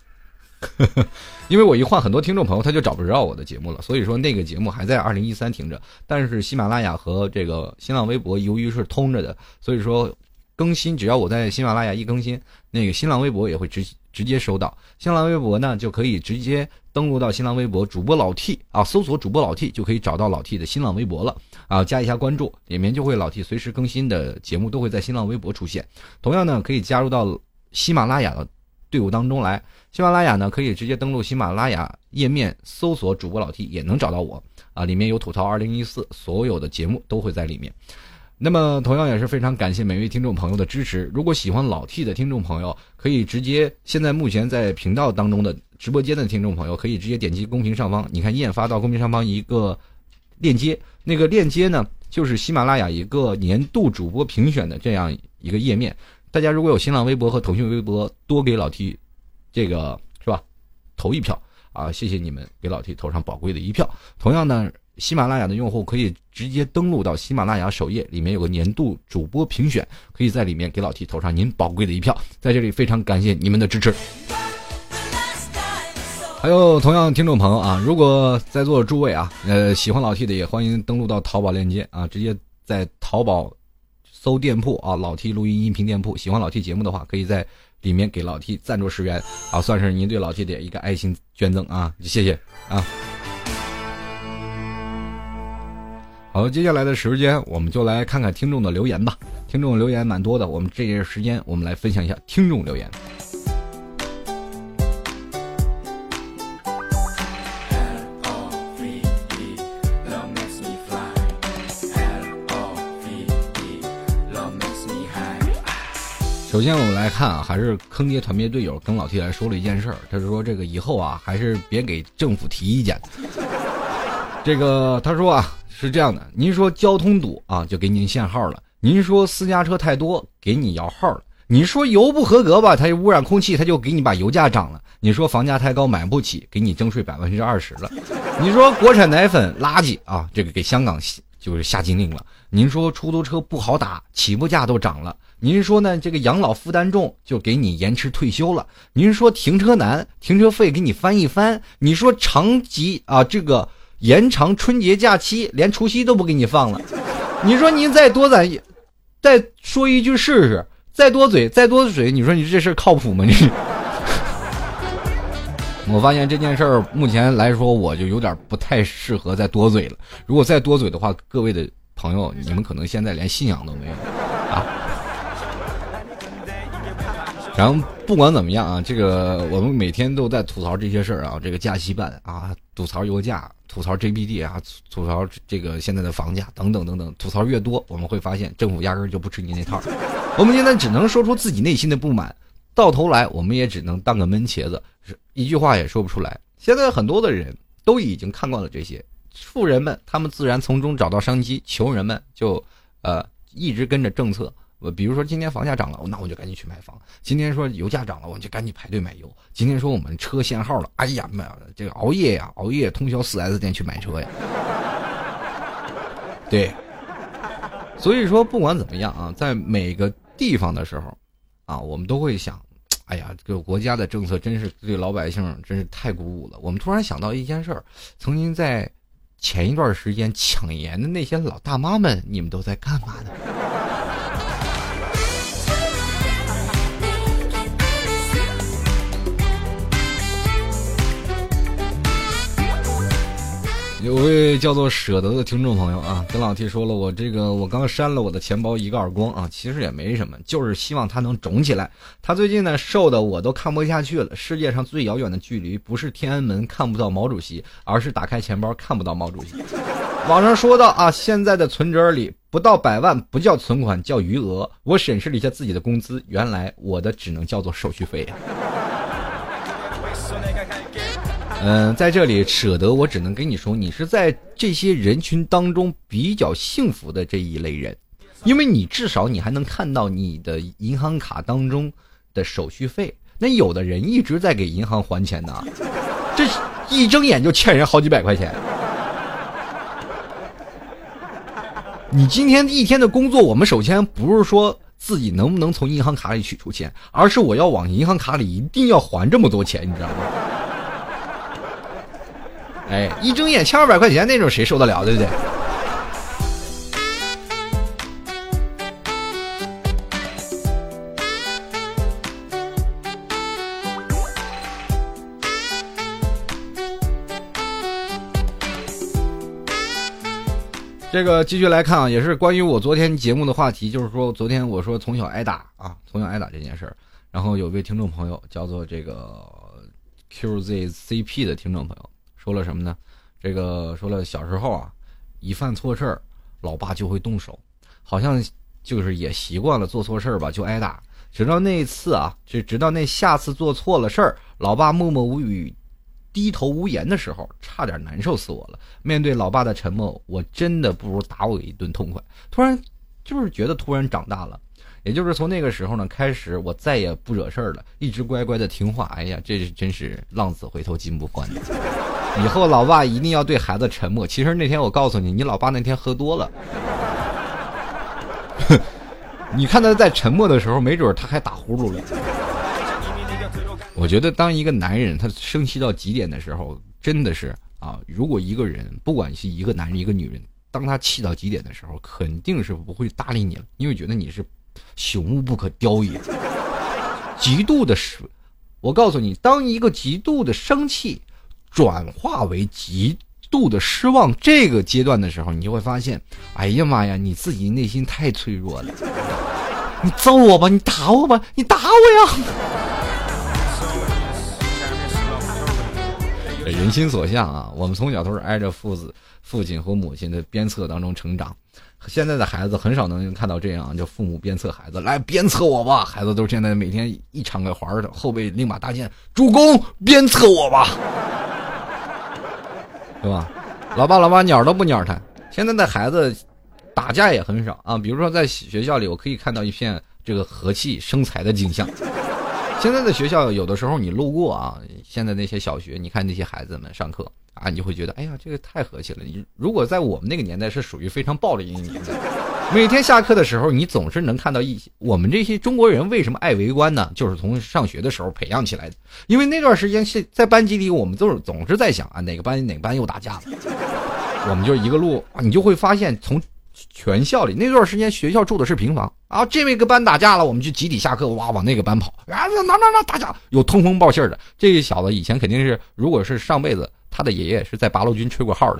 因为我一换，很多听众朋友他就找不着我的节目了，所以说那个节目还在2013停着，但是喜马拉雅和这个新浪微博由于是通着的，所以说更新只要我在喜马拉雅一更新，那个新浪微博也会直接收到。新浪微博呢就可以直接登录到新浪微博主播老 T 啊，搜索主播老 T 就可以找到老 T 的新浪微博了啊，加一下关注，里面就会老 T 随时更新的节目都会在新浪微博出现。同样呢可以加入到喜马拉雅的队伍当中来，喜马拉雅呢可以直接登录喜马拉雅页面搜索主播老 T 也能找到我啊，里面有吐槽2014，所有的节目都会在里面。那么同样也是非常感谢每位听众朋友的支持，如果喜欢老 T 的听众朋友可以直接，现在目前在频道当中的直播间的听众朋友可以直接点击公屏上方，你看一眼发到公屏上方一个链接，那个链接呢就是喜马拉雅一个年度主播评选的这样一个页面，大家如果有新浪微博和腾讯微博，多给老 T 这个是吧投一票啊，谢谢你们给老 T 投上宝贵的一票。同样呢喜马拉雅的用户可以直接登录到喜马拉雅首页，里面有个年度主播评选，可以在里面给老 T 投上您宝贵的一票，在这里非常感谢你们的支持。还有同样听众朋友啊，如果在座的诸位啊喜欢老 T 的也欢迎登录到淘宝链接啊，直接在淘宝搜店铺啊，老 T 录音音频店铺，喜欢老 T 节目的话可以在里面给老 T 赞助10元啊，算是您对老 T 的一个爱心捐赠啊，谢谢啊。好，接下来的时间我们就来看看听众的留言吧。听众留言蛮多的，我们这些时间我们来分享一下听众留言。首先我们来看啊，还是坑爹团灭队友跟老 T 来说了一件事儿，他说这个以后啊还是别给政府提意见。这个他说啊是这样的，您说交通堵啊就给您限号了，您说私家车太多给你摇号了，你说油不合格吧，它污染空气，它就给你把油价涨了，你说房价太高买不起，给你征税20%了，你说国产奶粉垃圾啊，这个给香港就是下禁令了，您说出租车不好打，起步价都涨了，您说呢这个养老负担重，就给你延迟退休了，您说停车难，停车费给你翻一翻，你说长期啊这个延长春节假期，连除夕都不给你放了，你说您再说一句试试，再多嘴，你说你这事靠谱吗？你我发现这件事儿目前来说我就有点不太适合再多嘴了，如果再多嘴的话，各位的朋友你们可能现在连信仰都没有啊。然后不管怎么样啊，这个我们每天都在吐槽这些事儿啊，这个假期办啊，吐槽油价，吐槽 GPD 啊，吐槽这个现在的房价等等等等，吐槽越多，我们会发现政府压根就不吃你那套。我们现在只能说出自己内心的不满，到头来我们也只能当个闷茄子，一句话也说不出来。现在很多的人都已经看惯了这些，富人们他们自然从中找到商机，穷人们就一直跟着政策。比如说今天房价涨了，那我就赶紧去买房；今天说油价涨了，我就赶紧排队买油；今天说我们车限号了，哎呀，这个熬夜通宵4S 店去买车呀。对，所以说不管怎么样啊，在每个地方的时候啊，我们都会想，哎呀，这个国家的政策真是对老百姓真是太鼓舞了。我们突然想到一件事儿，曾经在前一段时间抢盐的那些老大妈们，你们都在干嘛呢？有位叫做舍得的听众朋友啊，跟老 T 说了，我刚删了我的钱包一个耳光啊，其实也没什么，就是希望它能肿起来。他最近呢瘦的我都看不下去了。世界上最遥远的距离不是天安门看不到毛主席，而是打开钱包看不到毛主席。网上说到啊，现在的存折里不到100万不叫存款，叫余额。我审视了一下自己的工资，原来我的只能叫做手续费啊。在这里舍得我只能跟你说，你是在这些人群当中比较幸福的这一类人，因为你至少你还能看到你的银行卡当中的手续费。那有的人一直在给银行还钱呢，这一睁眼就欠人好几百块钱。你今天一天的工作，我们首先不是说自己能不能从银行卡里取出钱，而是我要往银行卡里一定要还这么多钱，你知道吗？哎，一睁眼1200块钱那种谁受得了，对不对？这个继续来看啊，也是关于我昨天节目的话题，就是说昨天我说从小挨打啊，从小挨打这件事儿，然后有位听众朋友叫做这个 QZCP 的听众朋友说了什么呢？这个说了小时候啊，一犯错事儿，老爸就会动手，好像就是也习惯了做错事儿吧就挨打，直到那下次做错了事儿，老爸默默无语低头无言的时候，差点难受死我了。面对老爸的沉默，我真的不如打我一顿痛快。突然长大了，也就是从那个时候呢开始，我再也不惹事儿了，一直乖乖的听话。哎呀，这真是浪子回头金不换的。以后老爸一定要对孩子沉默。其实那天我告诉你，你老爸那天喝多了。你看他在沉默的时候，没准他还打呼噜了。我觉得当一个男人他生气到极点的时候，真的是啊，如果一个人不管是一个男人一个女人，当他气到极点的时候，肯定是不会搭理你了，因为觉得你是朽木不可雕也。 极度的我告诉你，当一个极度的生气转化为极度的失望这个阶段的时候，你就会发现，哎呀妈呀，你自己内心太脆弱了。你揍我吧，你打我吧，你打我呀！人心所向啊，我们从小都是挨着父亲和母亲的鞭策当中成长。现在的孩子很少能看到这样，就父母鞭策孩子，来鞭策我吧。孩子都是现在每天一敞开怀的，后背立马搭箭，主公鞭策我吧，对吧？老爸老妈鸟都不鸟他。现在的孩子打架也很少啊，比如说在学校里，我可以看到一片这个和气生财的景象。现在的学校有的时候你路过啊，现在那些小学，你看那些孩子们上课啊，你就会觉得，哎呀，这个太和气了。你如果在我们那个年代，是属于非常暴力的年代。每天下课的时候，你总是能看到我们这些中国人为什么爱围观呢？就是从上学的时候培养起来的。因为那段时间是在班级里，我们总是在想啊，哪个班又打架了，我们就一个路，你就会发现从全校里那段时间，学校住的是平房啊，这个班打架了，我们就集体下课，哇，往那个班跑啊，那打架，有通风报信的。这个小子以前肯定是，如果是上辈子他的爷爷是在八路军吹过号的。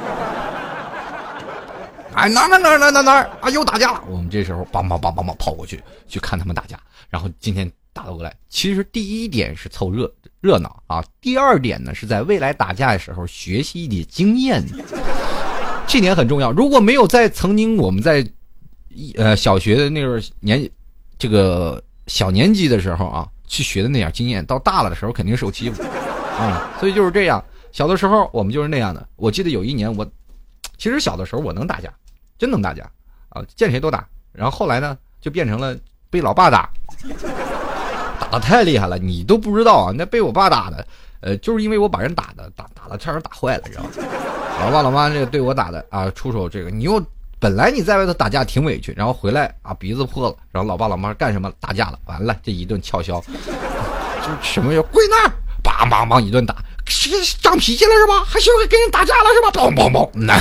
哎，哪啊，又打架了！我们这时候梆跑过去看他们打架，然后今天打了过来。其实第一点是凑热闹啊，第二点呢是在未来打架的时候学习一点经验。这点很重要。如果没有在曾经我们在小学的那个这个小年级的时候啊，去学的那点经验，到大了的时候肯定受欺负啊。所以就是这样，小的时候我们就是那样的。我记得有一年其实小的时候我能打架，真能打架啊，见谁都打。然后后来呢，就变成了被老爸打得太厉害了，你都不知道啊。那被我爸打的，就是因为我把人打了，差点打坏了，知道吗？老爸老妈这个对我打的啊，出手这个，本来你在外头打架挺委屈，然后回来啊鼻子破了，然后老爸老妈干什么打架了，完了这一顿撬销，就是什么叫跪那儿，梆一顿打，长脾气了是吧？还学会跟人打架了是吧？梆，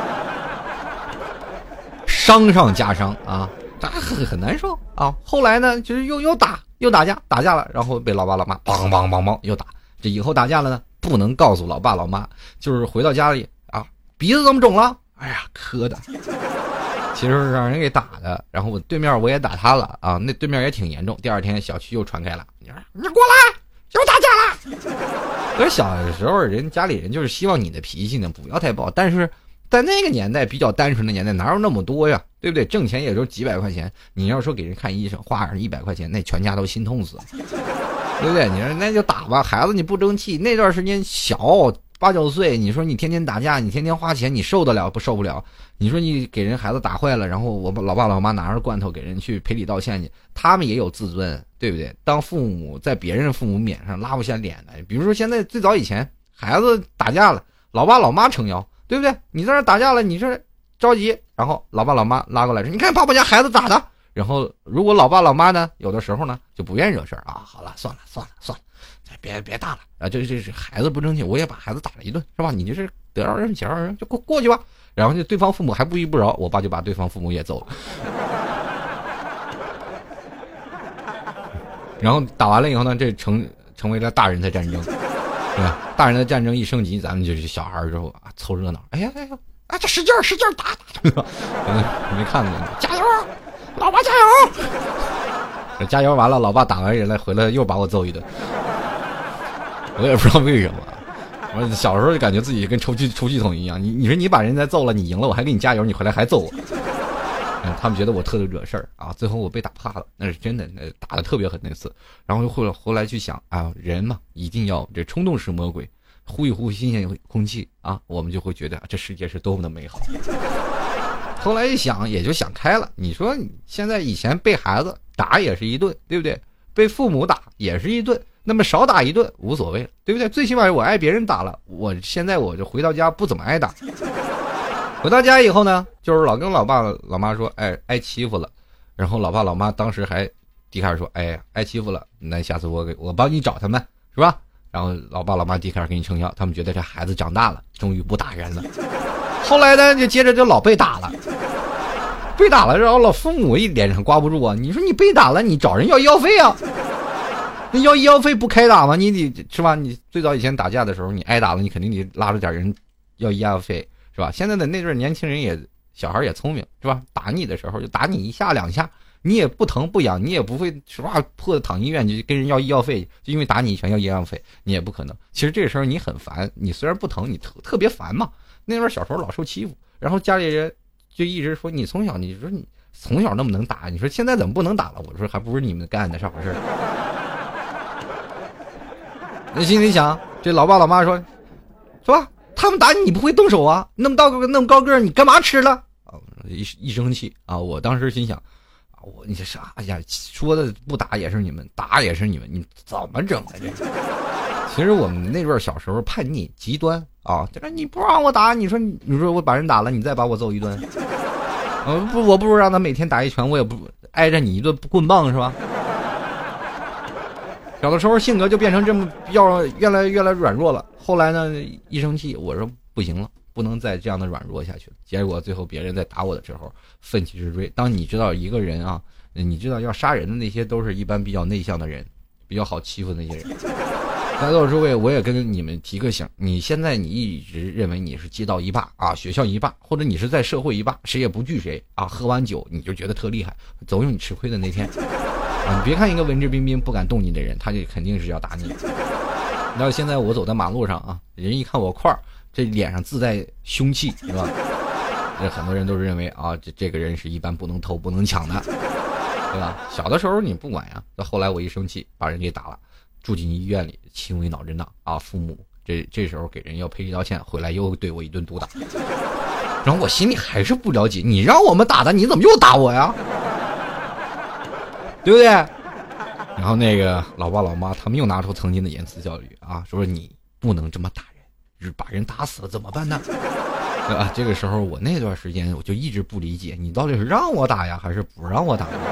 伤上加伤啊，很难受啊。后来呢，就是又打架了，然后被老爸老妈梆又打。这以后打架了呢，不能告诉老爸老妈，就是回到家里啊，鼻子怎么肿了？哎呀，磕的，其实是让人给打的。然后对面我也打他了啊，那对面也挺严重。第二天小区又传开了，你过来，又打架了。可是小的时候家里人就是希望你的脾气呢不要太暴，但是在那个年代比较单纯的年代，哪有那么多呀，对不对？挣钱也就几百块钱，你要说给人看医生花上100块钱，那全家都心痛死了。对不对？你说那就打吧，孩子你不争气。那段时间小8、9岁，你说你天天打架，你天天花钱，你受得了不受不了？你说你给人孩子打坏了，然后我老爸老妈拿着罐头给人去赔礼道歉去，他们也有自尊，对不对？当父母在别人父母面上拉不下脸来。比如说现在最早以前孩子打架了，老爸老妈撑腰，对不对？你在那打架了，你这着急，然后老爸老妈拉过来说，你看爸爸家孩子打的。然后如果老爸老妈呢，有的时候呢就不愿意惹事啊，好了，算了，别打了啊，这孩子不争气，我也把孩子打了一顿，是吧？你这是得饶人且饶人，就过去吧。然后就对方父母还不依不饶，我爸就把对方父母也揍了。然后打完了以后呢，这成为了大人的战争，对吧？大人的战争一升级，咱们就是小孩之后啊凑热闹，哎呀，这使劲打，对吧？你没看过吗？加油！老爸加油！加油完了，老爸打完人来回来又把我揍一顿，我也不知道为什么。我小时候就感觉自己跟抽气筒一样，你说你把人家揍了，你赢了，我还给你加油，你回来还揍我。他们觉得我特别惹事儿啊，最后我被打怕了，那是真的，打得特别狠那次。然后后来去想啊，人嘛一定要这冲动是魔鬼，呼一呼新鲜空气啊，我们就会觉得这世界是多么的美好。后来一想也就想开了，你说现在以前被孩子打也是一顿，对不对？被父母打也是一顿，那么少打一顿无所谓了，对不对？最起码我挨别人打了，我现在我就回到家不怎么挨打。回到家以后呢，就是老跟老爸老妈说，哎，挨欺负了。然后老爸老妈当时还第开始说，哎呀，挨欺负了，那下次我帮你找他们，是吧？然后老爸老妈第开始给你撑腰，他们觉得这孩子长大了，终于不打人了。后来呢，就接着就老被打了，然后老父母一脸上挂不住啊。你说你被打了，你找人要医药费啊， 那要医药费不开打吗？你得是吧？你最早以前打架的时候，你挨打了，你肯定得拉着点人要医药费，是吧？现在的那阵年轻人也小孩也聪明，是吧？打你的时候就打你1下2下，你也不疼不痒，你也不会是吧？破的躺医院就跟人要医药费，就因为打你一拳要医药费，你也不可能。其实这个时候你很烦，你虽然不疼，你特别烦嘛。那边小时候老受欺负，然后家里人就一直说你从小，你说你从小那么能打，你说现在怎么不能打了？我说还不是你们干的，啥回事？那心里想，这老爸老妈说，是吧？他们打你，你不会动手啊？那么高个，你干嘛吃了？啊，一生气啊！我当时心想，啊，你这啥呀？说的不打也是你们，打也是你们，你怎么整的这？其实我们那阵小时候叛逆极端啊，就是你不让我打，你说我把人打了，你再把我揍一顿，我不如让他每天打一拳，我也不挨着你一顿棍棒是吧？小的时候性格就变成这么越来越软弱了。后来呢，一生气，我说不行了，不能再这样的软弱下去了。结果最后别人在打我的时候奋起直追。当你知道一个人啊，你知道要杀人的那些都是一般比较内向的人，比较好欺负的那些人。在座诸位，我也跟你们提个醒，你现在你一直认为你是街道一霸啊，学校一霸，或者你是在社会一霸，谁也不惧谁啊，喝完酒你就觉得特厉害，总有你吃亏的那天啊！你别看一个文质彬彬不敢动你的人，他就肯定是要打你。你知道现在我走在马路上啊，人一看我块儿，这脸上自带凶气，是吧？这很多人都是认为啊，这个人是一般不能偷不能抢的，对吧？小的时候你不管呀，到后来我一生气把人给打了，住进医院里，轻微脑震荡啊，父母这时候给人要赔礼道歉，回来又对我一顿毒打，然后我心里还是不了解，你让我们打的，你怎么又打我呀？对不对？然后那个老爸老妈他们又拿出曾经的言辞教育啊，说你不能这么打人，把人打死了怎么办呢？对吧？这个时候我那段时间我就一直不理解，你到底是让我打呀，还是不让我打呀？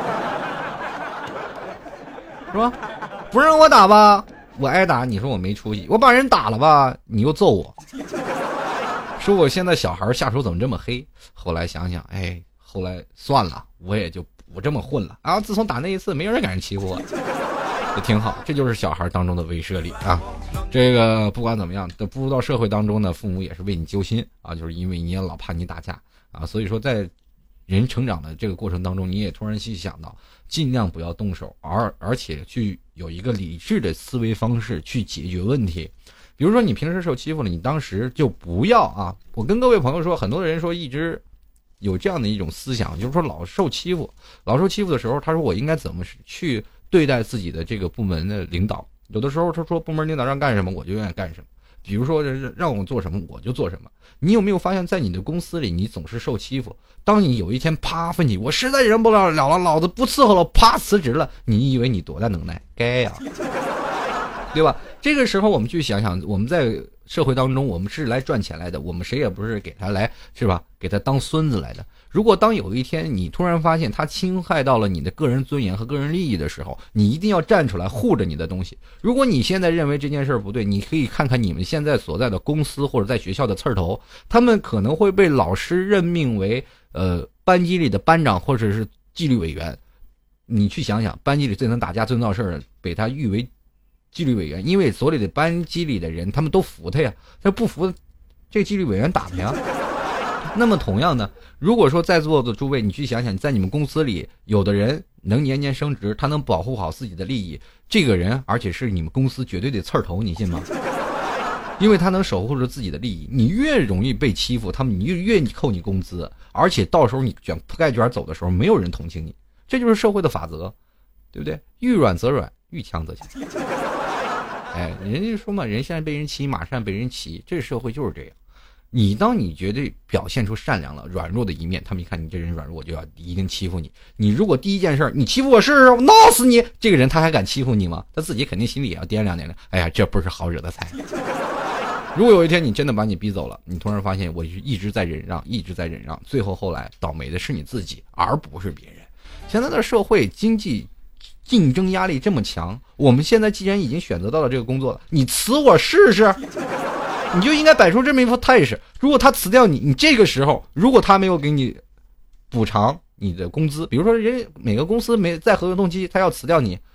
是吧？不让我打吧，我挨打，你说我没出息；我把人打了吧，你又揍我，说我现在小孩下手怎么这么黑？后来想想，哎，后来算了，我也就不这么混了啊！自从打那一次，没有人敢欺负我，也挺好。这就是小孩当中的威慑力啊！这个不管怎么样，步入到社会当中呢，父母也是为你揪心啊，就是因为你也老怕你打架啊，所以说在人成长的这个过程当中，你也突然去想到，尽量不要动手，而且去有一个理智的思维方式去解决问题。比如说你平时受欺负了，你当时就不要啊！我跟各位朋友说，很多人说一直有这样的一种思想，就是说老受欺负的时候，他说我应该怎么去对待自己的这个部门的领导。有的时候他说部门领导让干什么我就愿意干什么，比如说让我做什么我就做什么。你有没有发现在你的公司里你总是受欺负，当你有一天啪奋起，我实在忍不了了，老子不伺候了，啪辞职了，你以为你多大能耐？该呀，对吧？这个时候我们去想想，我们在社会当中我们是来赚钱来的，我们谁也不是给他来，是吧？给他当孙子来的。如果当有一天你突然发现他侵害到了你的个人尊严和个人利益的时候，你一定要站出来护着你的东西。如果你现在认为这件事不对，你可以看看你们现在所在的公司或者在学校的刺头，他们可能会被老师任命为班级里的班长或者是纪律委员。你去想想，班级里最能打架最能闹事的，被他誉为纪律委员，因为所里的班级里的人他们都服他呀，他不服这个纪律委员打他呀。那么同样的，如果说在座的诸位，你去想想，在你们公司里有的人能年年升职，他能保护好自己的利益，这个人而且是你们公司绝对的刺儿头，你信吗？因为他能守护着自己的利益，你越容易被欺负，他们你越扣你工资，而且到时候你卷铺盖卷走的时候，没有人同情你，这就是社会的法则，对不对？遇软则软，遇强则强。哎，人家说嘛，人善被人欺，马善被人骑，这社会就是这样。当你觉得表现出善良了，软弱的一面，他们一看你这人软弱，我就要一定欺负你。你如果第一件事你欺负我试试，我闹死你，这个人他还敢欺负你吗？他自己肯定心里也要掂量掂量。哎呀，这不是好惹的菜。如果有一天你真的把你逼走了，你突然发现我一直在忍让，最后来倒霉的是你自己，而不是别人。现在的社会经济竞争压力这么强，我们现在既然已经选择到了这个工作了，你辞我试试。你就应该摆出这么一副态势。如果他辞掉你，你这个时候如果他没有给你补偿你的工资，比如说人每个公司在合同期他要辞掉你，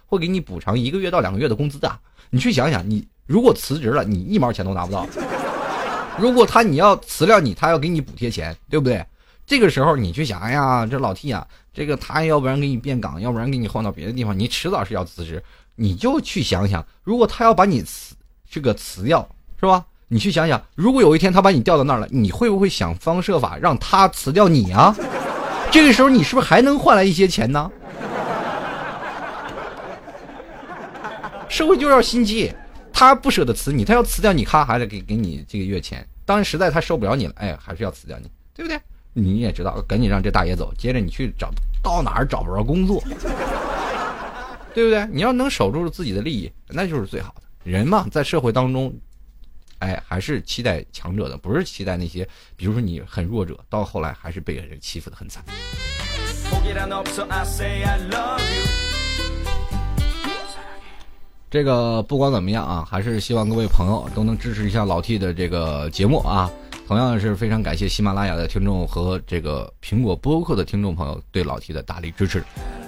会给你补偿1个月到2个月的工资的。你去想想，你如果辞职了，你1毛钱都拿不到。如果你要辞掉你，他要给你补贴钱，对不对？这个时候你去想，哎呀，这老 T 啊，这个他要不然给你变岗，要不然给你换到别的地方，你迟早是要辞职。你就去想想，如果他要把你辞掉，是吧？你去想想，如果有一天他把你调到那儿了，你会不会想方设法让他辞掉你啊？这个时候你是不是还能换来一些钱呢？社会就要心机，他不舍得辞你，他要辞掉你，他还得给你这个月钱。当然实在他受不了你了，哎，还是要辞掉你，对不对？你也知道，赶紧让这大爷走，接着你去到哪儿找不着工作，对不对？你要能守住自己的利益，那就是最好的。人嘛，在社会当中，哎，还是期待强者的，不是期待那些，比如说你很弱者，到后来还是被人欺负的很惨。这个不管怎么样啊，还是希望各位朋友都能支持一下老 T 的这个节目啊。同样是非常感谢喜马拉雅的听众和这个苹果播客的听众朋友对老 T 的大力支持。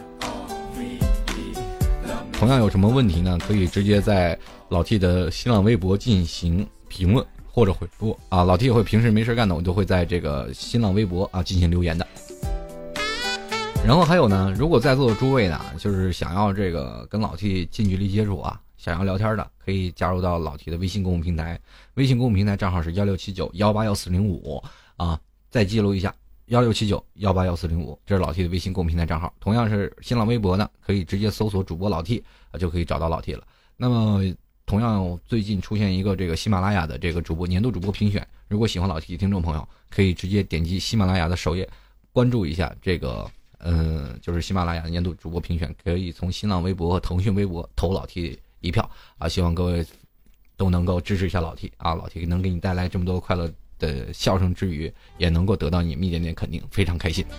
同样有什么问题呢，可以直接在老 T 的新浪微博进行评论或者回复啊。老 T 也会平时没事干的，我都会在这个新浪微博啊进行留言的。然后还有呢，如果在座的诸位呢，就是想要这个跟老 T 近距离接触啊，想要聊天的，可以加入到老 T 的微信公众平台，微信公众平台账号是1679181405啊，再记录一下1679181405，这是老 T 的微信公众平台账号。同样是新浪微博呢，可以直接搜索主播老 T 就可以找到老 T 了。那么同样最近出现一个这个喜马拉雅的这个主播年度主播评选，如果喜欢老 T 的听众朋友，可以直接点击喜马拉雅的首页关注一下这个就是喜马拉雅的年度主播评选，可以从新浪微博和腾讯微博投老 T 一票啊！希望各位都能够支持一下老 T 啊，老 T 能给你带来这么多快乐的笑声之余，也能够得到你们一点点肯定，非常开心。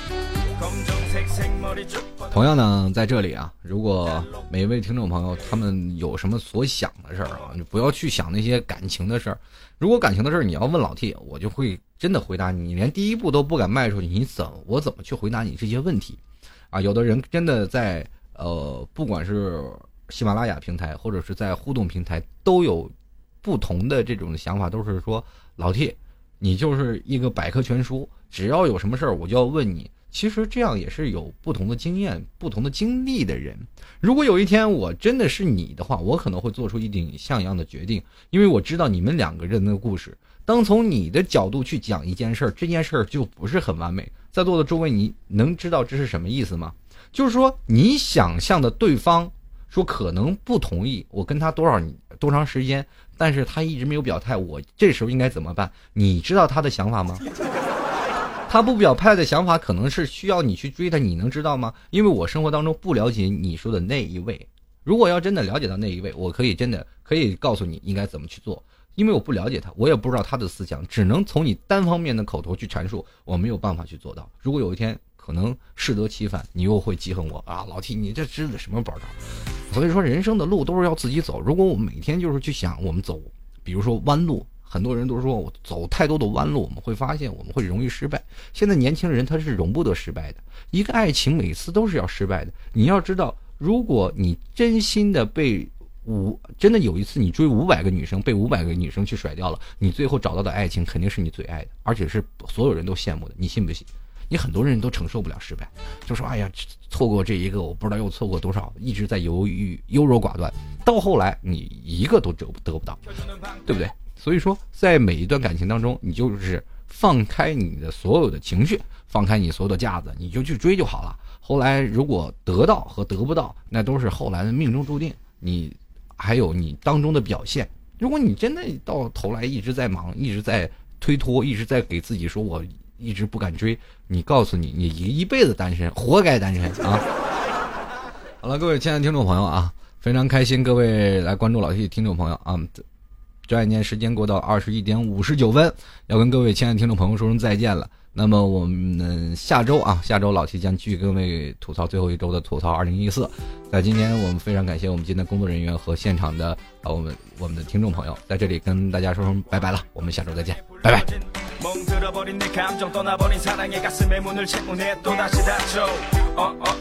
同样呢，在这里啊，如果每一位听众朋友他们有什么所想的事儿啊，就不要去想那些感情的事儿。如果感情的事儿你要问老 T， 我就会真的回答你，你连第一步都不敢迈出去，我怎么去回答你这些问题啊？有的人真的在不管是喜马拉雅平台或者是在互动平台都有不同的这种想法，都是说老 T 你就是一个百科全书，只要有什么事儿我就要问你。其实这样也是有不同的经验不同的经历的人，如果有一天我真的是你的话，我可能会做出一点像样的决定，因为我知道你们两个人的故事，当从你的角度去讲一件事儿，这件事儿就不是很完美。在座的诸位，你能知道这是什么意思吗？就是说你想象的对方说可能不同意我跟他多长时间，但是他一直没有表态，我这时候应该怎么办？你知道他的想法吗？他不表态的想法可能是需要你去追他，你能知道吗？因为我生活当中不了解你说的那一位，如果要真的了解到那一位，我可以告诉你应该怎么去做，因为我不了解他，我也不知道他的思想，只能从你单方面的口头去阐述，我没有办法去做到。如果有一天可能适得其反，你又会记恨我啊，老 T 你这知道什么宝藏？所以说人生的路都是要自己走，如果我们每天就是去想我们走，比如说弯路，很多人都说我走太多的弯路，我们会发现我们会容易失败。现在年轻人他是容不得失败的，一个爱情每次都是要失败的。你要知道，如果你真心的真的有一次你追500个女生，被500个女生去甩掉了，你最后找到的爱情肯定是你最爱的，而且是所有人都羡慕的，你信不信？你很多人都承受不了失败，就说哎呀，错过这一个我不知道又错过多少，一直在犹豫优柔寡断，到后来你一个都得不到，对不对？所以说在每一段感情当中，你就是放开你的所有的情绪，放开你所有的架子，你就去追就好了。后来如果得到和得不到，那都是后来的命中注定，你还有你当中的表现。如果你真的到头来一直在忙，一直在推脱，一直在给自己说我一直不敢追，你告诉你一辈子单身，活该单身啊！好了，各位亲爱的听众朋友啊，非常开心各位来关注老 T 的听众朋友啊。转眼间时间过到21点59分，要跟各位亲爱的听众朋友说声再见了。那么我们下周老 T 将继续跟各位吐槽最后一周的吐槽2014。在今天我们非常感谢我们今天的工作人员和现场的我们的听众朋友，在这里跟大家说声拜拜了，我们下周再见，拜拜。 멍들어버린 내 감정 떠나버린 사랑의 가슴에 문을 채우네 또다시 닫혀